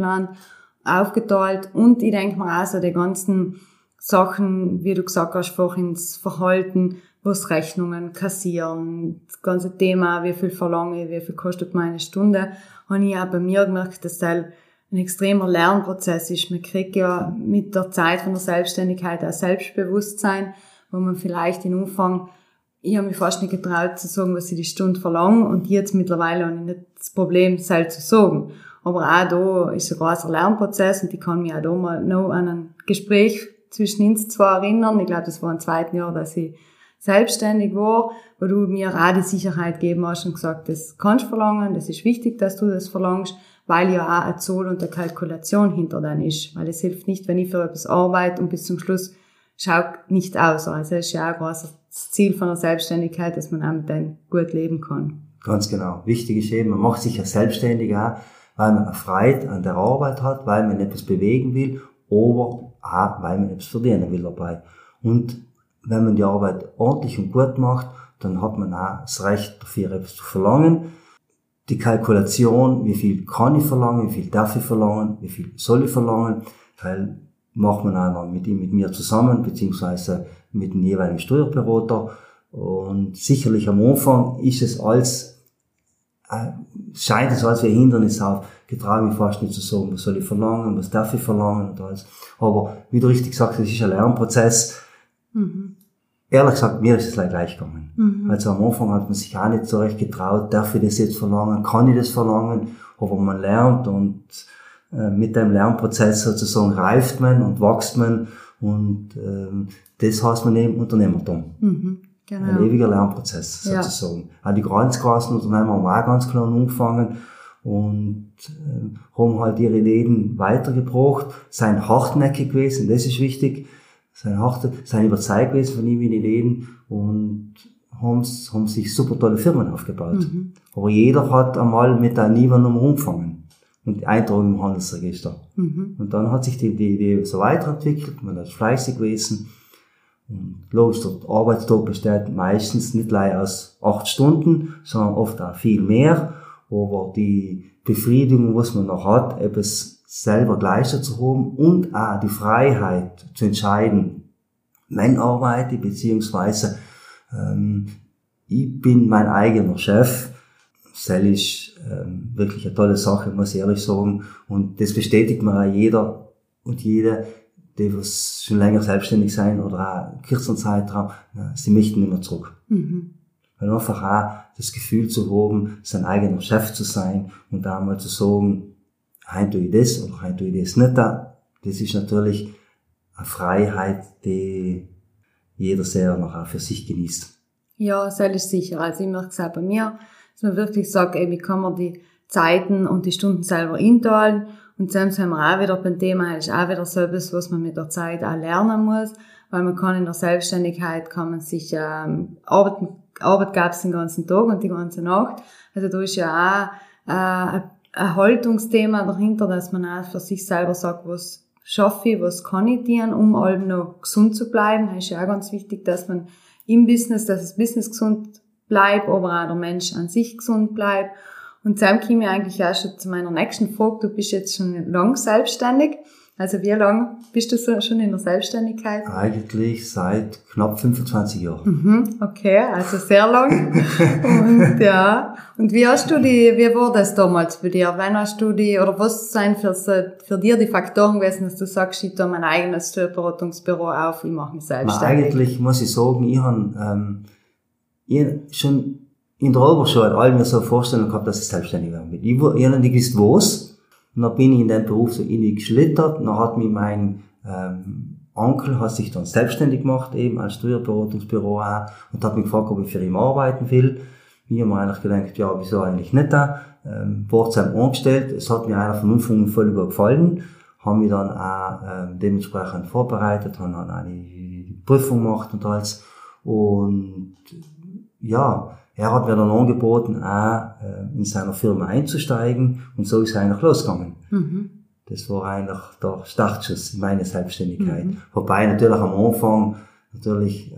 aufgeteilt und ich denke mir auch so die ganzen Sachen, wie du gesagt hast, vorhin das Verhalten, was Rechnungen, kassieren, das ganze Thema, wie viel verlange ich, wie viel kostet meine Stunde, habe ich auch bei mir gemerkt, dass das ein extremer Lernprozess ist. Man kriegt ja mit der Zeit von der Selbstständigkeit auch Selbstbewusstsein, wo man vielleicht im Anfang, ich habe mich fast nicht getraut zu sagen, was ich die Stunde verlange und jetzt mittlerweile habe ich nicht das Problem, selbst zu sagen. Aber auch da ist ein großer Lernprozess und ich kann mich auch da mal noch an ein Gespräch zwischen uns zwei erinnern. Ich glaube, das war im 2. Jahr, dass ich selbstständig war, wo du mir auch die Sicherheit gegeben hast und gesagt, das kannst du verlangen, das ist wichtig, dass du das verlangst, weil ja auch eine Zahl und eine Kalkulation hinter dann ist. Weil es hilft nicht, wenn ich für etwas arbeite und bis zum Schluss schaut nicht aus. Also es ist ja auch ein großes Ziel von der Selbstständigkeit, dass man auch mit dem gut leben kann. Ganz genau. Wichtig ist eben, man macht sich ja selbstständig auch, weil man eine Freude an der Arbeit hat, weil man etwas bewegen will, aber auch, weil man etwas verdienen will dabei. Und wenn man die Arbeit ordentlich und gut macht, dann hat man auch das Recht dafür, etwas zu verlangen. Die Kalkulation, wie viel kann ich verlangen, wie viel darf ich verlangen, wie viel soll ich verlangen, weil macht man auch noch mit mir zusammen, beziehungsweise mit dem jeweiligen Steuerberater. Und sicherlich am Anfang ist es scheint es als wie ein Hindernis auf, getraue mich fast nicht zu sagen, was soll ich verlangen, was darf ich verlangen und alles. Aber wie du richtig sagst, es ist ein Lernprozess. Ehrlich gesagt, mir ist es gleich gegangen. Also am Anfang hat man sich auch nicht so recht getraut, darf ich das jetzt verlangen, kann ich das verlangen, aber man lernt und mit dem Lernprozess sozusagen reift man und wächst man und das heißt man eben Unternehmertum. Genau. Ein ewiger Lernprozess sozusagen. Ja. Auch die ganz großen Unternehmer haben auch ganz klein angefangen und haben halt ihre Ideen weitergebracht, sind hartnäckig gewesen, das ist wichtig, sind überzeugt gewesen von ihren Ideen und haben sich super tolle Firmen aufgebaut. Aber jeder hat einmal mit einer Niva-Nummer angefangen und Eintragung im Handelsregister. Und dann hat sich die Idee so weiterentwickelt, man ist fleißig gewesen. Und logisch, der Arbeitstag besteht meistens nicht gleich aus 8 Stunden, sondern oft auch viel mehr. Aber die Befriedigung, was man noch hat, etwas selber geleistet zu haben und auch die Freiheit zu entscheiden, wann arbeite ich, beziehungsweise ich bin mein eigener Chef. Das ist wirklich eine tolle Sache, muss ich ehrlich sagen. Und das bestätigt mir auch jeder und jede, die was schon länger selbstständig sein oder auch einen kürzeren Zeitraum, sie möchten nicht mehr zurück. Weil einfach auch das Gefühl zu haben, sein eigener Chef zu sein und da mal zu sagen, heute tue ich das oder heute tue ich das nicht, das ist natürlich eine Freiheit, die jeder sehr noch auch für sich genießt. Ja, das ist sicher. Also ich merke es auch bei mir, dass man wirklich sagt, eben, ich kann mir die Zeiten und die Stunden selber einteilen. Und sonst haben wir auch wieder beim Thema, ist auch wieder so etwas, was man mit der Zeit auch lernen muss, weil man kann in der Selbstständigkeit, kann man sich, Arbeit gab es den ganzen Tag und die ganze Nacht. Also da ist ja auch ein Haltungsthema dahinter, dass man auch für sich selber sagt, was schaffe ich, was kann ich tun, um allem noch gesund zu bleiben. Das ist ja auch ganz wichtig, dass man im Business, dass das Business gesund bleibt, aber auch der Mensch an sich gesund bleibt. Und dann komme ich eigentlich auch schon zu meiner nächsten Frage. Du bist jetzt schon lang selbstständig. Also wie lange bist du schon in der Selbstständigkeit? Eigentlich seit knapp 25 Jahren. Okay, also sehr lang. Und ja, und wie war das damals bei dir? Wann hast du oder was sind für dir die Faktoren gewesen, dass du sagst, ich tue mein eigenes Steuerberatungsbüro auf, ich mache mich selbstständig? Eigentlich muss ich sagen, ich habe schon in der Oberschule all mir so eine Vorstellung gehabt, dass ich selbstständig werden will. Ich habe nicht gewusst, was. Und dann bin ich in den Beruf so innig geschlittert. Dann hat mich mein Onkel hat sich dann selbstständig gemacht, eben als Steuerberatungsbüro auch, und hat mich gefragt, ob ich für ihn arbeiten will. Ich habe mir eigentlich gedacht, ja, wieso eigentlich nicht da? Pforzheim angestellt. Es hat mir eigentlich von Anfang an voll gefallen. Haben mich dann auch dementsprechend vorbereitet, haben dann auch die Prüfung gemacht und alles. Und ja, er hat mir dann angeboten, auch in seiner Firma einzusteigen, und so ist es eigentlich losgegangen. Das war eigentlich der Startschuss in meine Selbstständigkeit. Wobei natürlich am Anfang natürlich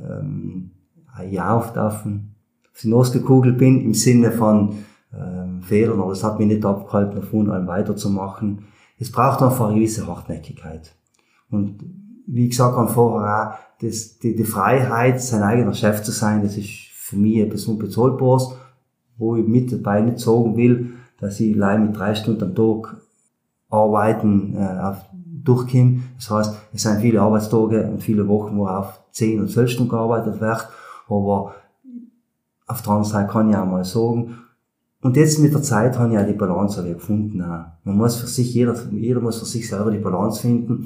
ja oft auf die Nase gekugelt bin, im Sinne von Fehlern, aber das hat mich nicht abgehalten, davon allem weiterzumachen. Es braucht einfach eine gewisse Hartnäckigkeit. Und wie gesagt habe vorher auch, die Freiheit, sein eigener Chef zu sein, das ist für mich etwas Unbezahlbares, wo ich mit dabei nicht sagen will, dass ich allein mit 3 Stunden am Tag arbeiten durchkomme. Das heißt, es sind viele Arbeitstage und viele Wochen, wo auf 10 und 12 Stunden gearbeitet wird, aber auf der anderen Seite kann ich auch mal sagen, und jetzt mit der Zeit habe ich auch die Balance gefunden. Auch. Man muss für sich, jeder muss für sich selber die Balance finden.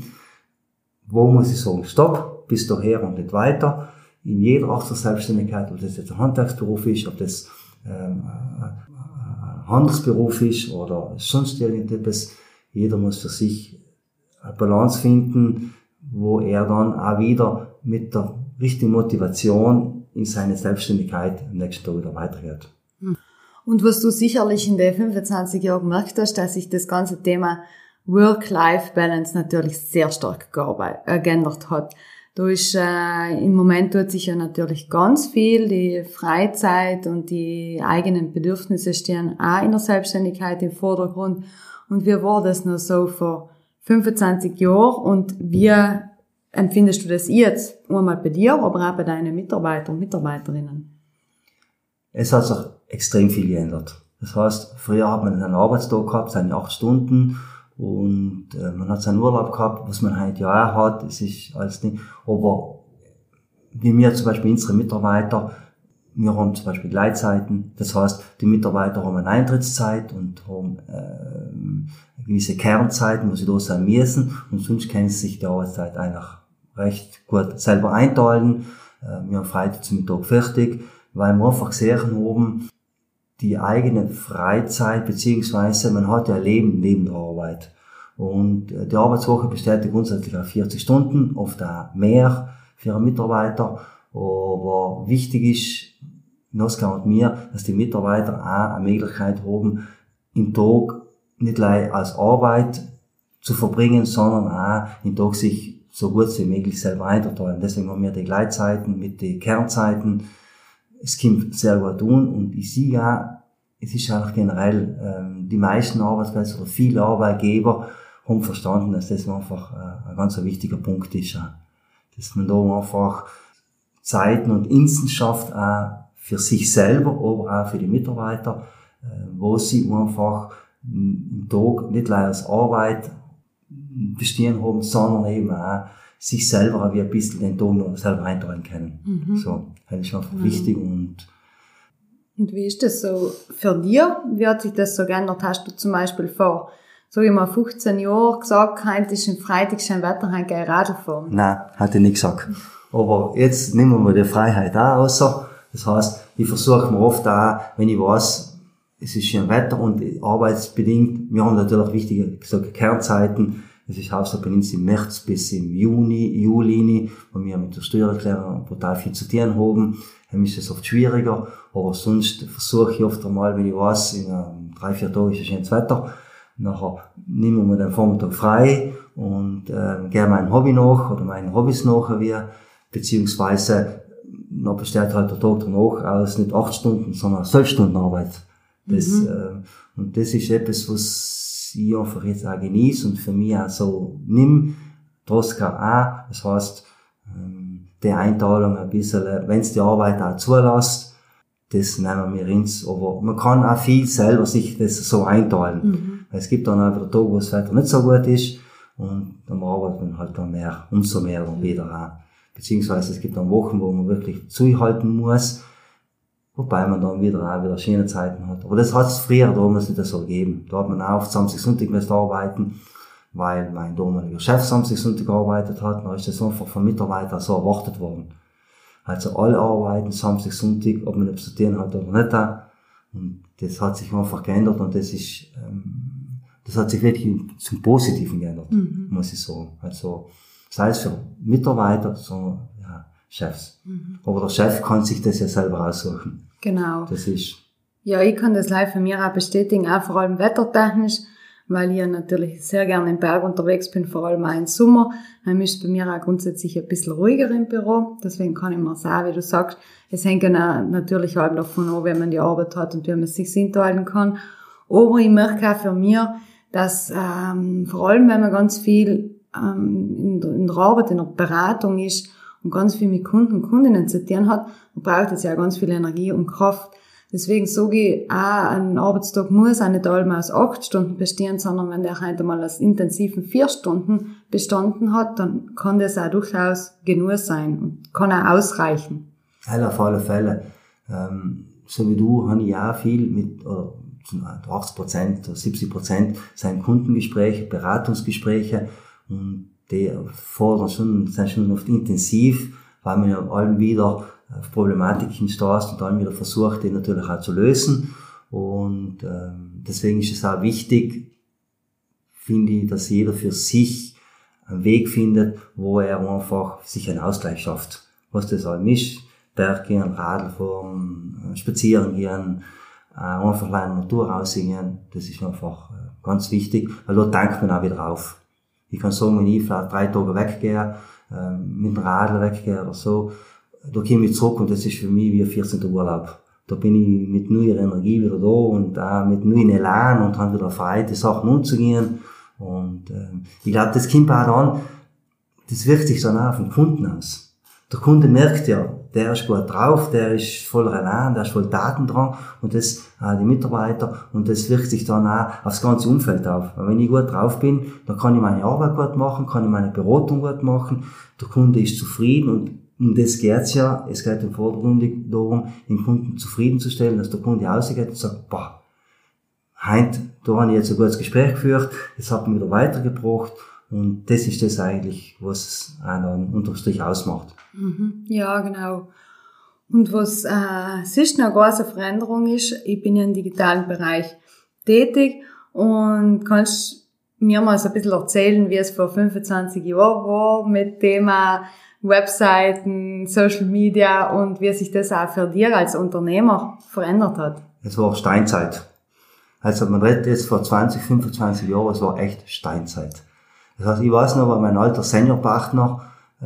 Wo muss ich sagen, stopp, bis daher und nicht weiter. In jeder Art der Selbstständigkeit, ob das jetzt ein Handwerksberuf ist, ob das ein Handelsberuf ist oder sonst irgendetwas, jeder muss für sich eine Balance finden, wo er dann auch wieder mit der richtigen Motivation in seine Selbstständigkeit am nächsten Tag wieder weitergeht. Und was du sicherlich in den 25 Jahren gemerkt hast, dass sich das ganze Thema Work-Life-Balance natürlich sehr stark geändert hat. Da ist, im Moment tut sich ja natürlich ganz viel, die Freizeit und die eigenen Bedürfnisse stehen auch in der Selbstständigkeit im Vordergrund. Und wie war das noch so vor 25 Jahren und wie empfindest du das jetzt? Einmal bei dir, aber auch bei deinen Mitarbeitern und Mitarbeiterinnen? Es hat sich extrem viel geändert. Das heißt, früher hat man einen Arbeitstag gehabt, seine 8 Stunden, und man hat seinen Urlaub gehabt, was man heute ja auch hat, es ist alles nicht. Aber wie wir zum Beispiel unsere Mitarbeiter, wir haben zum Beispiel Gleitzeiten, das heißt, die Mitarbeiter haben eine Eintrittszeit und haben gewisse Kernzeiten, wo sie da sein müssen, und sonst können sie sich die Arbeitszeit eigentlich recht gut selber einteilen. Wir haben Freitag zum Mittag fertig, weil wir einfach gesehen haben, die eigene Freizeit, beziehungsweise man hat ja ein Leben neben der Arbeit. Und die Arbeitswoche besteht ja grundsätzlich auf 40 Stunden, oft auch mehr für einen Mitarbeiter. Aber wichtig ist, Noska und mir, dass die Mitarbeiter auch eine Möglichkeit haben, im Tag nicht gleich als Arbeit zu verbringen, sondern auch im Tag sich so gut wie möglich selber einzuteilen. Deswegen haben wir die Gleitzeiten mit den Kernzeiten. Es kommt sehr gut an, und ich sehe auch, es ist eigentlich generell, die meisten Arbeitsplätze oder viele Arbeitgeber haben verstanden, dass das einfach ein ganz wichtiger Punkt ist. Dass man da einfach Zeiten und Inseln schafft, auch für sich selber, aber auch für die Mitarbeiter, wo sie einfach im Tag nicht gleich als Arbeit bestehen haben, sondern eben auch sich selber wie ein bisschen den Tag noch selber einteilen können. So, das ist einfach wichtig. Und wie ist das so für dich? Wie hat sich das so geändert? Hast du zum Beispiel vor, sag ich mal, 15 Jahren gesagt, heute ist ein Freitag, schön Wetter, heute gehe ich Radl fahren? Nein, hatte ich nicht gesagt. Aber jetzt nehmen wir die Freiheit auch raus. Das heisst, ich versuche mir oft auch, wenn ich weiß, es ist schön Wetter und arbeitsbedingt, wir haben natürlich wichtige Kernzeiten. Es ist hauptsächlich bei uns im März bis im Juli, wo wir mit der Steuererklärung total viel zu tun haben. Dann ist es oft schwieriger, aber sonst versuche ich oft einmal, wenn ich weiß, in 3-4 Tagen ist es schönes Wetter, nachher nehmen wir den Vormittag frei und gehe meinem Hobby nach oder meinen Hobbys nachher, beziehungsweise dann besteht halt der Tag danach aus nicht 8 Stunden, sondern 12 Stunden Arbeit. Und das ist etwas, was ich einfach jetzt auch genieße und für mich auch so nimm. Troska auch, das heißt, die Einteilung ein bisschen, wenn es die Arbeit auch zulässt, das nehmen wir ins, aber man kann auch viel selber sich das so einteilen. Es gibt dann auch wieder Tage, wo das Wetter nicht so gut ist, und dann arbeitet man halt dann mehr, umso mehr dann wieder auch. Beziehungsweise es gibt dann Wochen, wo man wirklich zuhalten muss, wobei man dann wieder schöne Zeiten hat. Aber das hat es früher damals nicht so gegeben. Da hat man auch auf Samstag, Sonntag müssen arbeiten, weil mein damaliger Chef Samstag, Sonntag gearbeitet hat. Dann ist das einfach von Mitarbeitern so erwartet worden. Also alle arbeiten Samstag, Sonntag, ob man etwas zu tun hat oder nicht. Und das hat sich einfach geändert, und das hat sich wirklich zum Positiven geändert, muss ich sagen. Also, sei es für Mitarbeiter, sondern, ja, Chefs. Aber der Chef kann sich das ja selber aussuchen. Genau. Das ist. Ja, ich kann das live von mir auch bestätigen, auch vor allem wettertechnisch, weil ich ja natürlich sehr gerne im Berg unterwegs bin, vor allem auch im Sommer. Dann ist es bei mir auch grundsätzlich ein bisschen ruhiger im Büro. Deswegen kann ich mir sagen, wie du sagst, es hängt auch natürlich auch davon ab, wenn man die Arbeit hat und wie man es sich hinhalten kann. Aber ich merke auch für mich, dass vor allem, wenn man ganz viel in der Arbeit, in der Beratung ist und ganz viel mit Kunden und Kundinnen zu tun hat, dann braucht es ja ganz viel Energie und Kraft. Deswegen sage ich auch, ein Arbeitstag muss auch nicht einmal aus 8 Stunden bestehen, sondern wenn der heute mal aus intensiven 4 Stunden bestanden hat, dann kann das auch durchaus genug sein und kann auch ausreichen. Ja, auf alle Fälle. So wie du, habe ich auch viel mit, 80% oder 70% sind Kundengespräche, Beratungsgespräche, und die sind schon oft intensiv, weil man ja allem wieder auf Problematiken stößt und dann wieder versucht, die natürlich auch zu lösen. Und deswegen ist es auch wichtig, finde ich, dass jeder für sich einen Weg findet, wo er einfach sich einen Ausgleich schafft. Was das allem ist, Berg gehen, Radl fahren, spazieren gehen, einfach in der Natur rausgehen, das ist einfach ganz wichtig, weil dort tankt man auch wieder auf. Ich kann sagen, wenn ich vielleicht 3 Tage weggehe, mit dem Radl weggehe oder so, da komme ich zurück und das ist für mich wie ein 14. Urlaub. Da bin ich mit neuer Energie wieder da und auch mit neuem Elan und habe wieder Freude, die Sachen umzugehen. Und ich glaube, das kommt auch dann, das wirkt sich dann auch auf den Kunden aus. Der Kunde merkt ja, der ist gut drauf, der ist voller Elan, der ist voll Tatendrang, und das, die Mitarbeiter, und das wirkt sich dann auch aufs ganze Umfeld auf. Weil wenn ich gut drauf bin, dann kann ich meine Arbeit gut machen, kann ich meine Beratung gut machen, der Kunde ist zufrieden, und um das geht's ja. Es geht im Vordergrund darum, den Kunden zufriedenzustellen, dass der Kunde rausgeht und sagt, boah, heute, da habe ich jetzt ein gutes Gespräch geführt, das hat mich wieder weitergebracht, und das ist das eigentlich, was einen unterm Strich ausmacht. Ja, genau. Und was sonst noch eine große Veränderung ist, ich bin ja im digitalen Bereich tätig, und kannst mir mal so ein bisschen erzählen, wie es vor 25 Jahren war mit Thema Webseiten, Social Media, und wie sich das auch für dich als Unternehmer verändert hat? Es war Steinzeit. Also man redet jetzt vor 20, 25 Jahren, es war echt Steinzeit. Das heißt, ich weiß noch, weil mein alter Seniorpartner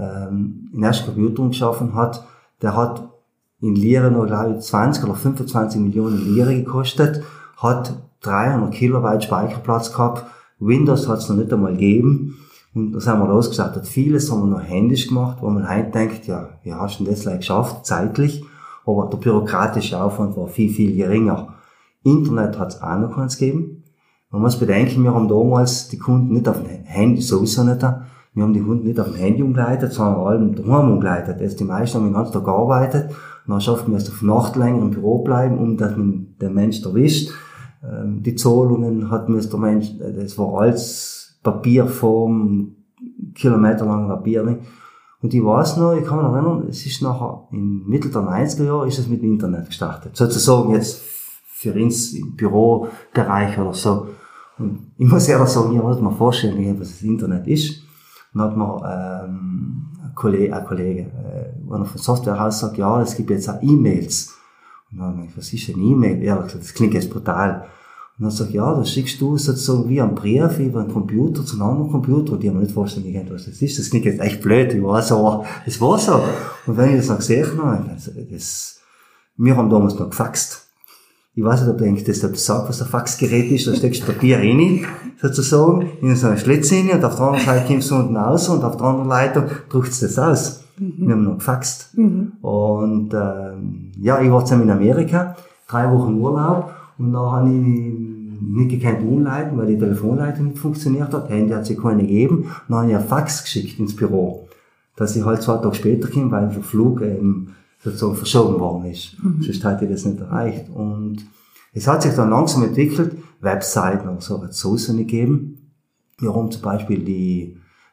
in erst Computer geschaffen hat, der hat in Lire noch, glaube ich, 20 oder 25 Millionen Lire gekostet, hat 300 Kilobyte Speicherplatz gehabt, Windows hat es noch nicht einmal gegeben, und da sind wir losgestartet. Vieles haben wir noch händisch gemacht, wo man heute denkt, ja, wie hast du denn das geschafft, zeitlich, aber der bürokratische Aufwand war viel, viel geringer. Internet hat es auch noch keins gegeben. Man muss bedenken, wir haben damals die Kunden nicht auf dem Handy, sowieso nicht, wir haben die Kunden nicht auf dem Handy umgeleitet, sondern vor allem daheim umgeleitet. Also die meisten haben den ganzen Tag gearbeitet, und dann schaffen wir es auf Nacht länger im Büro bleiben, um dass man den Mensch erwischt. Die Zahlungen hat mir der Mensch, das war alles Papierform, kilometerlang Papier. Und ich weiß noch, ich kann mich noch erinnern, es ist nachher, in Mitte der 90er Jahre ist es mit dem Internet gestartet. Sozusagen jetzt für uns im Bürobereich oder so. Und ich muss ehrlich sagen, ich muss mir vorstellen, was das Internet ist. Und dann hat mir ein Kollege, einer von Softwarehaus sagt, ja, es gibt jetzt auch E-Mails. Und dann habe ich gedacht, was ist eine E-Mail? Ehrlich gesagt, das klingt jetzt brutal. Und dann sag ich, ja, das schickst du sozusagen wie ein Brief über einen Computer zu einem anderen Computer, und die haben mir nicht vorstellen können, was das ist. Das klingt jetzt echt blöd, ich weiß, aber es war so. Und wenn ich das noch gesehen habe, wir haben damals noch gefaxt. Ich weiß nicht, ob ihr das sagt, was ein Faxgerät ist. Da steckst du Papier rein, sozusagen, in so einen Schlitz rein, und auf der anderen Seite kommst du unten raus, und auf der anderen Leitung drückst du das aus. Wir haben noch gefaxt. Und, ja, ich war zusammen in Amerika, 3 Wochen Urlaub, und dann habe ich nicht gekannt umleiten, weil die Telefonleitung nicht funktioniert hat. Handy hat sich keine gegeben. Dann habe ich ein Fax geschickt ins Büro, dass ich halt 2 Tage später komme, weil der Flug sozusagen verschoben worden ist. Sonst hätte ich das nicht erreicht. Und es hat sich dann langsam entwickelt, Webseiten oder so hat es sowieso nicht gegeben. Wir haben zum Beispiel die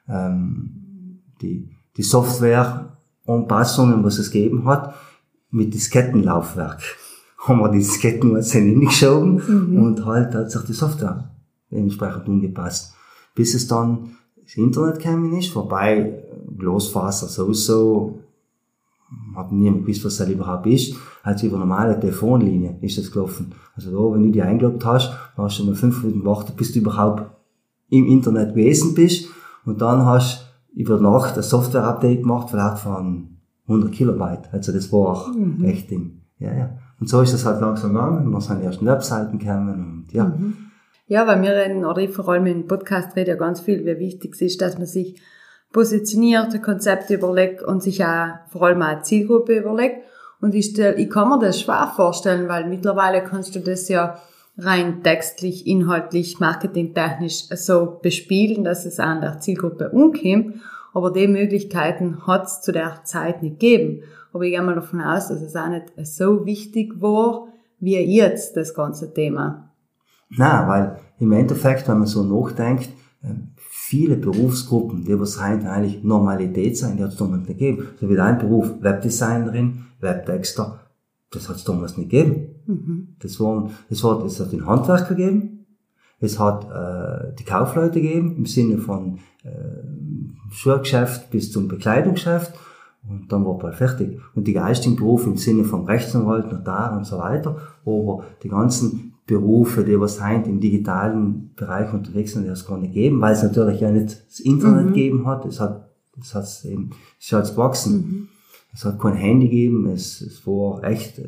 Software-Anpassungen, was es gegeben hat, mit Diskettenlaufwerk. Haben wir die Disketten hingeschoben und halt hat sich die Software entsprechend umgepasst. Bis es dann das Internet gekommen ist, wobei Glasfaser sowieso hat niemand gewusst, was das überhaupt ist. Also über normale Telefonlinie ist das gelaufen. Also da, wenn du die eingeloggt hast, dann hast du mal 5 Minuten gewartet, bis du überhaupt im Internet gewesen bist. Und dann hast du über Nacht ein Software-Update gemacht, vielleicht von 100 Kilobyte. Also das war echt Ding. Ja. Und so ist das halt langsam gegangen. Und dann sind die ersten Webseiten gekommen und ja. Ja, weil wir reden, oder ich vor allem im Podcast rede ja ganz viel, wie wichtig es ist, dass man sich positioniert, ein Konzept überlegt und sich auch vor allem auch eine Zielgruppe überlegt. Und ich kann mir das schwer vorstellen, weil mittlerweile kannst du das ja rein textlich, inhaltlich, marketingtechnisch so bespielen, dass es an der Zielgruppe umkommt. Aber die Möglichkeiten hat es zu der Zeit nicht gegeben. Aber ich gehe mal davon aus, dass es auch nicht so wichtig war, wie jetzt das ganze Thema. Nein, weil im Endeffekt, wenn man so nachdenkt, viele Berufsgruppen, die was heute eigentlich Normalität sein, die hat es damals nicht gegeben. So wie dein Beruf, Webdesignerin, Webtexter, das hat es damals nicht gegeben. Das hat den Handwerker gegeben, es hat die Kaufleute gegeben, im Sinne von Schuhgeschäft bis zum Bekleidungsgeschäft, und dann war bald fertig. Und die geistigen Berufe im Sinne von Rechtsanwalt, Notar und so weiter, aber die ganzen Berufe, die was heute im digitalen Bereich unterwegs sind, die hat es gar nicht gegeben, weil es natürlich ja nicht das Internet gegeben hat. Es ist jetzt gewachsen. Es hat kein Handy gegeben, es war echt,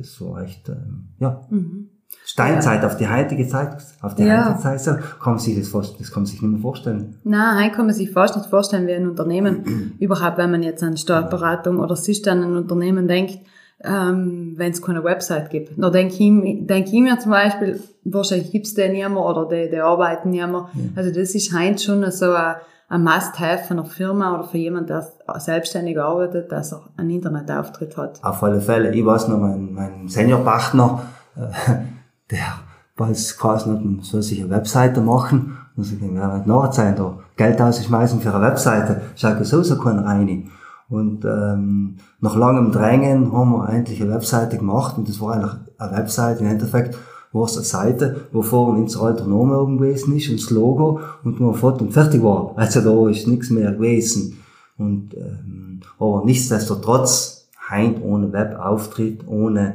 Steinzeit auf die heutige Zeit, heutige Zeit, so, kann man sich das kann man sich nicht mehr vorstellen. Nein, heute kann man sich fast nicht vorstellen, wie ein Unternehmen, überhaupt, wenn man jetzt an Steuerberatung oder sonst an ein Unternehmen denkt, wenn es keine Website gibt. Da denke ich mir zum Beispiel, wahrscheinlich gibt's den nicht mehr oder die arbeiten nicht mehr. Also das ist heute schon so ein Must-have von einer Firma oder für jemanden, der selbstständig arbeitet, dass er einen Internetauftritt hat. Auf alle Fälle. Ich weiß noch, mein Seniorpartner, der weiß quasi nicht, man soll sich eine Webseite machen. Und so kann man nicht nachher sein, da Geld ausschmeißen für eine Webseite. Schaut ja sowieso keiner rein. Und nach langem Drängen haben wir endlich eine Webseite gemacht, und das war eigentlich eine Webseite. Im Endeffekt war es eine Seite, wo vorne unser alter Name oben gewesen ist und das Logo und nur ein Foto und fertig war. Also da ist nichts mehr gewesen. Und aber nichtsdestotrotz, heint ohne Webauftritt, ohne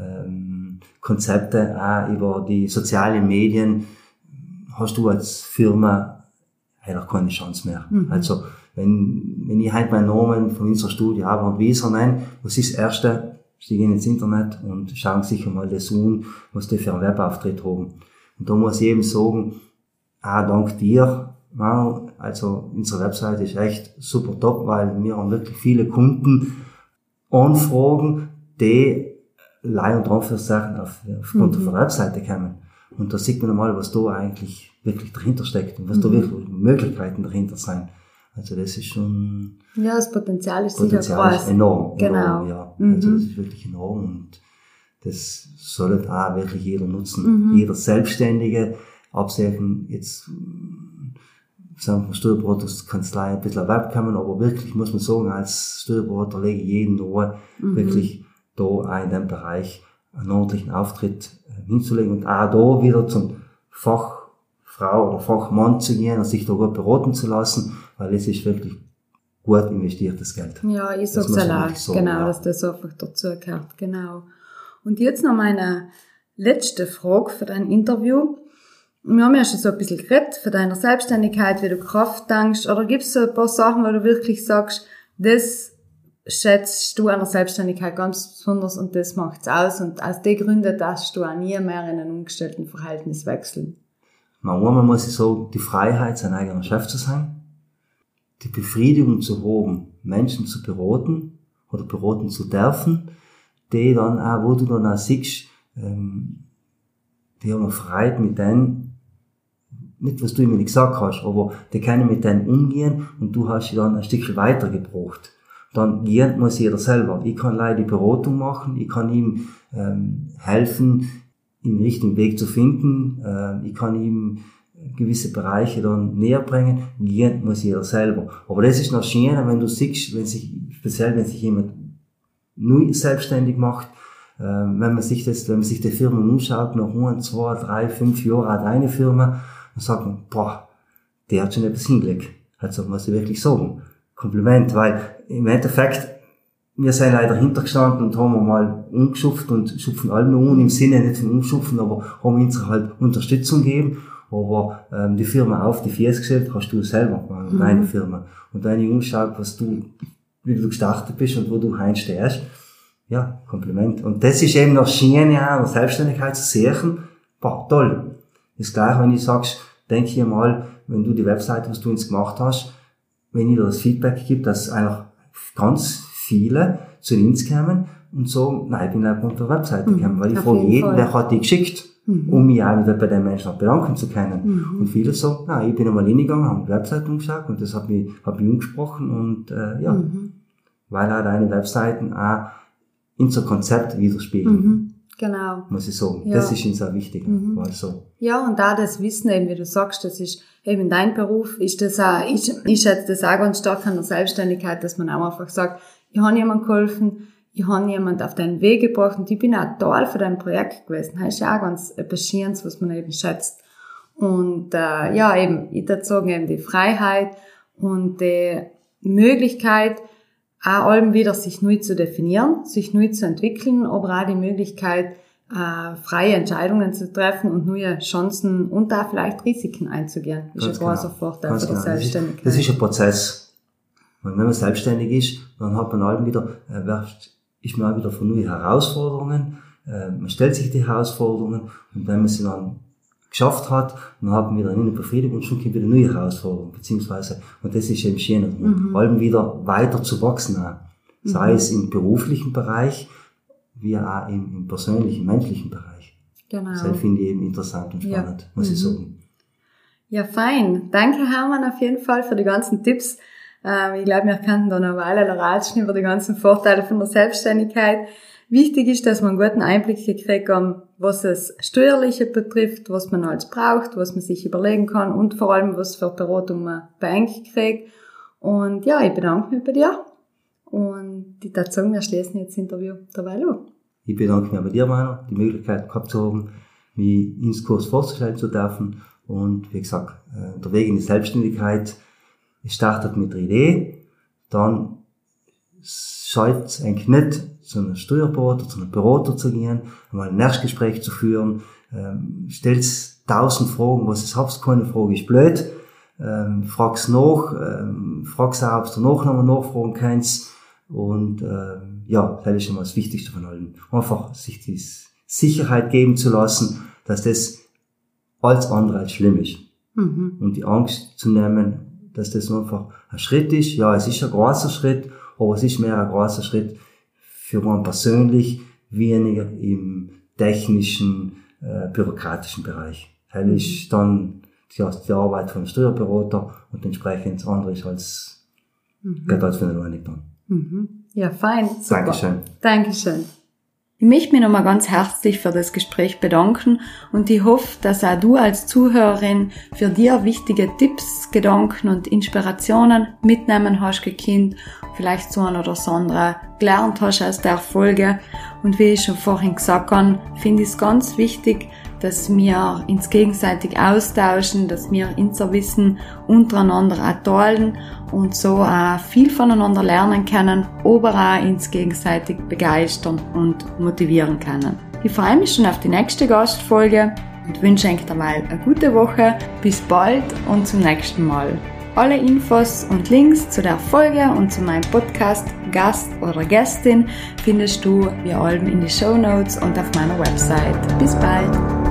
Konzepte, auch über die sozialen Medien, hast du als Firma eigentlich keine Chance mehr. Also wenn ich halt meinen Namen von unserer Studie Abraham Wieser nenne, was ist das Erste? Sie gehen ins Internet und schauen sich einmal das an, was die für einen Webauftritt haben. Und da muss ich eben sagen, dank dir, also unsere Webseite ist echt super top, weil wir haben wirklich viele Kunden Anfragen, die Leih- und Anführungszeichen aufgrund der Webseite kommen. Und da sieht man einmal, was da eigentlich wirklich dahinter steckt und was da wirklich Möglichkeiten dahinter sind. Also das ist schon... Ja, das Potenzial ist sicher groß. Enorm. Genau. Enorm, ja. Also das ist wirklich enorm, und das sollte auch wirklich jeder nutzen. Jeder Selbstständige, absehen jetzt, sagen wir, Steuerberatungskanzlei ein bisschen wegkommen, aber wirklich muss man sagen, als Steuerberater lege ich jeden nahe, wirklich da auch in dem Bereich einen ordentlichen Auftritt hinzulegen und auch da wieder zum Fachfrau oder Fachmann zu gehen und sich da gut beraten zu lassen, weil es ist wirklich gut investiertes Geld. Ja, ich sag's allein, genau, dass das einfach dazu gehört, genau. Und jetzt noch meine letzte Frage für dein Interview. Wir haben ja schon so ein bisschen geredet von deiner Selbstständigkeit, wie du Kraft tankst. Oder gibt es so ein paar Sachen, wo du wirklich sagst, das schätzt du an der Selbstständigkeit ganz besonders und das macht's aus und aus den Gründen darfst du auch nie mehr in einem angestellten Verhältnis wechseln? Manchmal muss ich sagen, die Freiheit, sein eigener Chef zu sein, die Befriedigung zu haben, Menschen zu beraten oder beraten zu dürfen, die dann auch, wo du dann auch siehst, die haben Freude mit denen, nicht was du mir nicht gesagt hast, aber die können mit denen umgehen und du hast sie dann ein Stückchen weitergebracht. Dann gehen muss jeder selber. Ich kann leider die Beratung machen, ich kann ihm helfen, den richtigen Weg zu finden, ich kann ihm gewisse Bereiche dann näher bringen, gehen muss jeder selber. Aber das ist noch schöner, wenn du siehst, speziell wenn sich jemand neu selbstständig macht, wenn man sich die Firma umschaut, nach 1, 2, 3, 5 Jahren hat eine Firma, dann sagt man, boah, der hat schon etwas hingelegt. Also muss ich wirklich sagen. Kompliment, weil im Endeffekt, wir sind leider hintergestanden und haben mal umgeschupft und schupfen alle noch im Sinne nicht von umschupfen, aber haben uns halt Unterstützung gegeben. Aber die Firma auf die Füße gestellt hast du selber, deine Firma. Und wenn ich umschaue, wie du gestartet bist und wo du reinstehst, ja, Kompliment. Und das ist eben noch schön, ja, in der Selbstständigkeit zu sehen, boah, toll. Das ist gleich, wenn ich sagst, denke ich mal, wenn du die Webseite, was du uns gemacht hast, wenn ich dir das Feedback gebe, dass eigentlich ganz viele zu uns kommen und sagen, nein, ich bin einfach unter der Webseite gekommen, weil ich frage jeden, wer hat die geschickt, um mich auch wieder bei den Menschen auch bedanken zu können. Und viele sagen, nein, ich bin einmal hingegangen, habe die Webseite umgeschaut und das hat mich umgesprochen und, weil auch deine Webseiten auch unser Konzept widerspiegeln. Genau. Muss ich sagen. Ja. Das ist uns auch wichtig. So. Ja, und da das Wissen eben, wie du sagst, das ist eben dein Beruf, ist das auch, ich schätze das auch ganz stark an der Selbstständigkeit, dass man auch einfach sagt, ich habe jemandem geholfen, ich habe jemand auf deinen Weg gebracht und ich bin auch Teil von deinem Projekt gewesen. Das ist ja auch ganz etwas Schönes, was man eben schätzt. Und eben, ich würde sagen, eben die Freiheit und die Möglichkeit, auch allem wieder sich neu zu definieren, sich neu zu entwickeln, aber auch die Möglichkeit, freie Entscheidungen zu treffen und neue Chancen und da vielleicht Risiken einzugehen. Das ist ein großer Vorteil für die Selbstständigkeit. Das ist ein Prozess. Und wenn man selbstständig ist, dann hat man halt wieder, ist man auch wieder von neuen Herausforderungen, man stellt sich die Herausforderungen und wenn man sie dann geschafft hat, dann haben wir dann eine Befriedigung und schon kommt wieder neue Herausforderungen, beziehungsweise, und das ist eben schön, allem wieder weiter zu wachsen auch. Sei es im beruflichen Bereich, wie auch im persönlichen, menschlichen Bereich. Genau. Das finde ich eben interessant und spannend, muss ich sagen. Ja, fein. Danke, Hermann, auf jeden Fall für die ganzen Tipps. Ich glaube, wir könnten da noch eine Weile ratschen über die ganzen Vorteile von der Selbstständigkeit. Wichtig ist, dass man einen guten Einblick kriegt, was das Steuerliche betrifft, was man alles braucht, was man sich überlegen kann und vor allem, was für Beratung man bei Enki kriegt. Und ja, ich bedanke mich bei dir. Und ich würde sagen, wir schließen jetzt das Interview dabei an. Ich bedanke mich bei dir, Manu, die Möglichkeit gehabt zu haben, mich ins Kurs vorzustellen zu dürfen. Und wie gesagt, der Weg in die Selbstständigkeit, es startet mit der Idee, dann scheut es eigentlich nicht, zu einem Steuerberater, zu einem Berater zu gehen, einmal ein Erstgespräch zu führen, stellst 1000 Fragen, was es hab's, keine Frage ist blöd, fragst nach, fragst auch, ob du nochmal nachfragen kannst und das ist schon mal das Wichtigste von allem. Einfach sich die Sicherheit geben zu lassen, dass das alles andere als schlimm ist. Und die Angst zu nehmen, dass das einfach ein Schritt ist. Ja, es ist ein großer Schritt, aber es ist mehr ein großer Schritt für einen persönlich, weniger im technischen, bürokratischen Bereich. Das ist dann die Arbeit von einem Steuerberater und entsprechend das andere ist als, geht als für eine Leute dann. Ja, fein. Super. Dankeschön. Dankeschön. Ich möchte mich nochmal ganz herzlich für das Gespräch bedanken und ich hoffe, dass auch du als Zuhörerin für dir wichtige Tipps, Gedanken und Inspirationen mitnehmen hast gekannt, vielleicht so ein oder das andere gelernt hast aus der Folge. Und wie ich schon vorhin gesagt habe, finde ich es ganz wichtig, dass wir uns gegenseitig austauschen, dass wir unser Wissen untereinander auch teilen und so auch viel voneinander lernen können, aber auch uns gegenseitig begeistern und motivieren können. Ich freue mich schon auf die nächste Gastfolge. und wünsche euch dabei eine gute Woche. Bis bald und zum nächsten Mal. Alle Infos und Links zu der Folge und zu meinem Podcast, Gast oder Gästin, findest du wie allem in die Shownotes und auf meiner Website. Bis bald!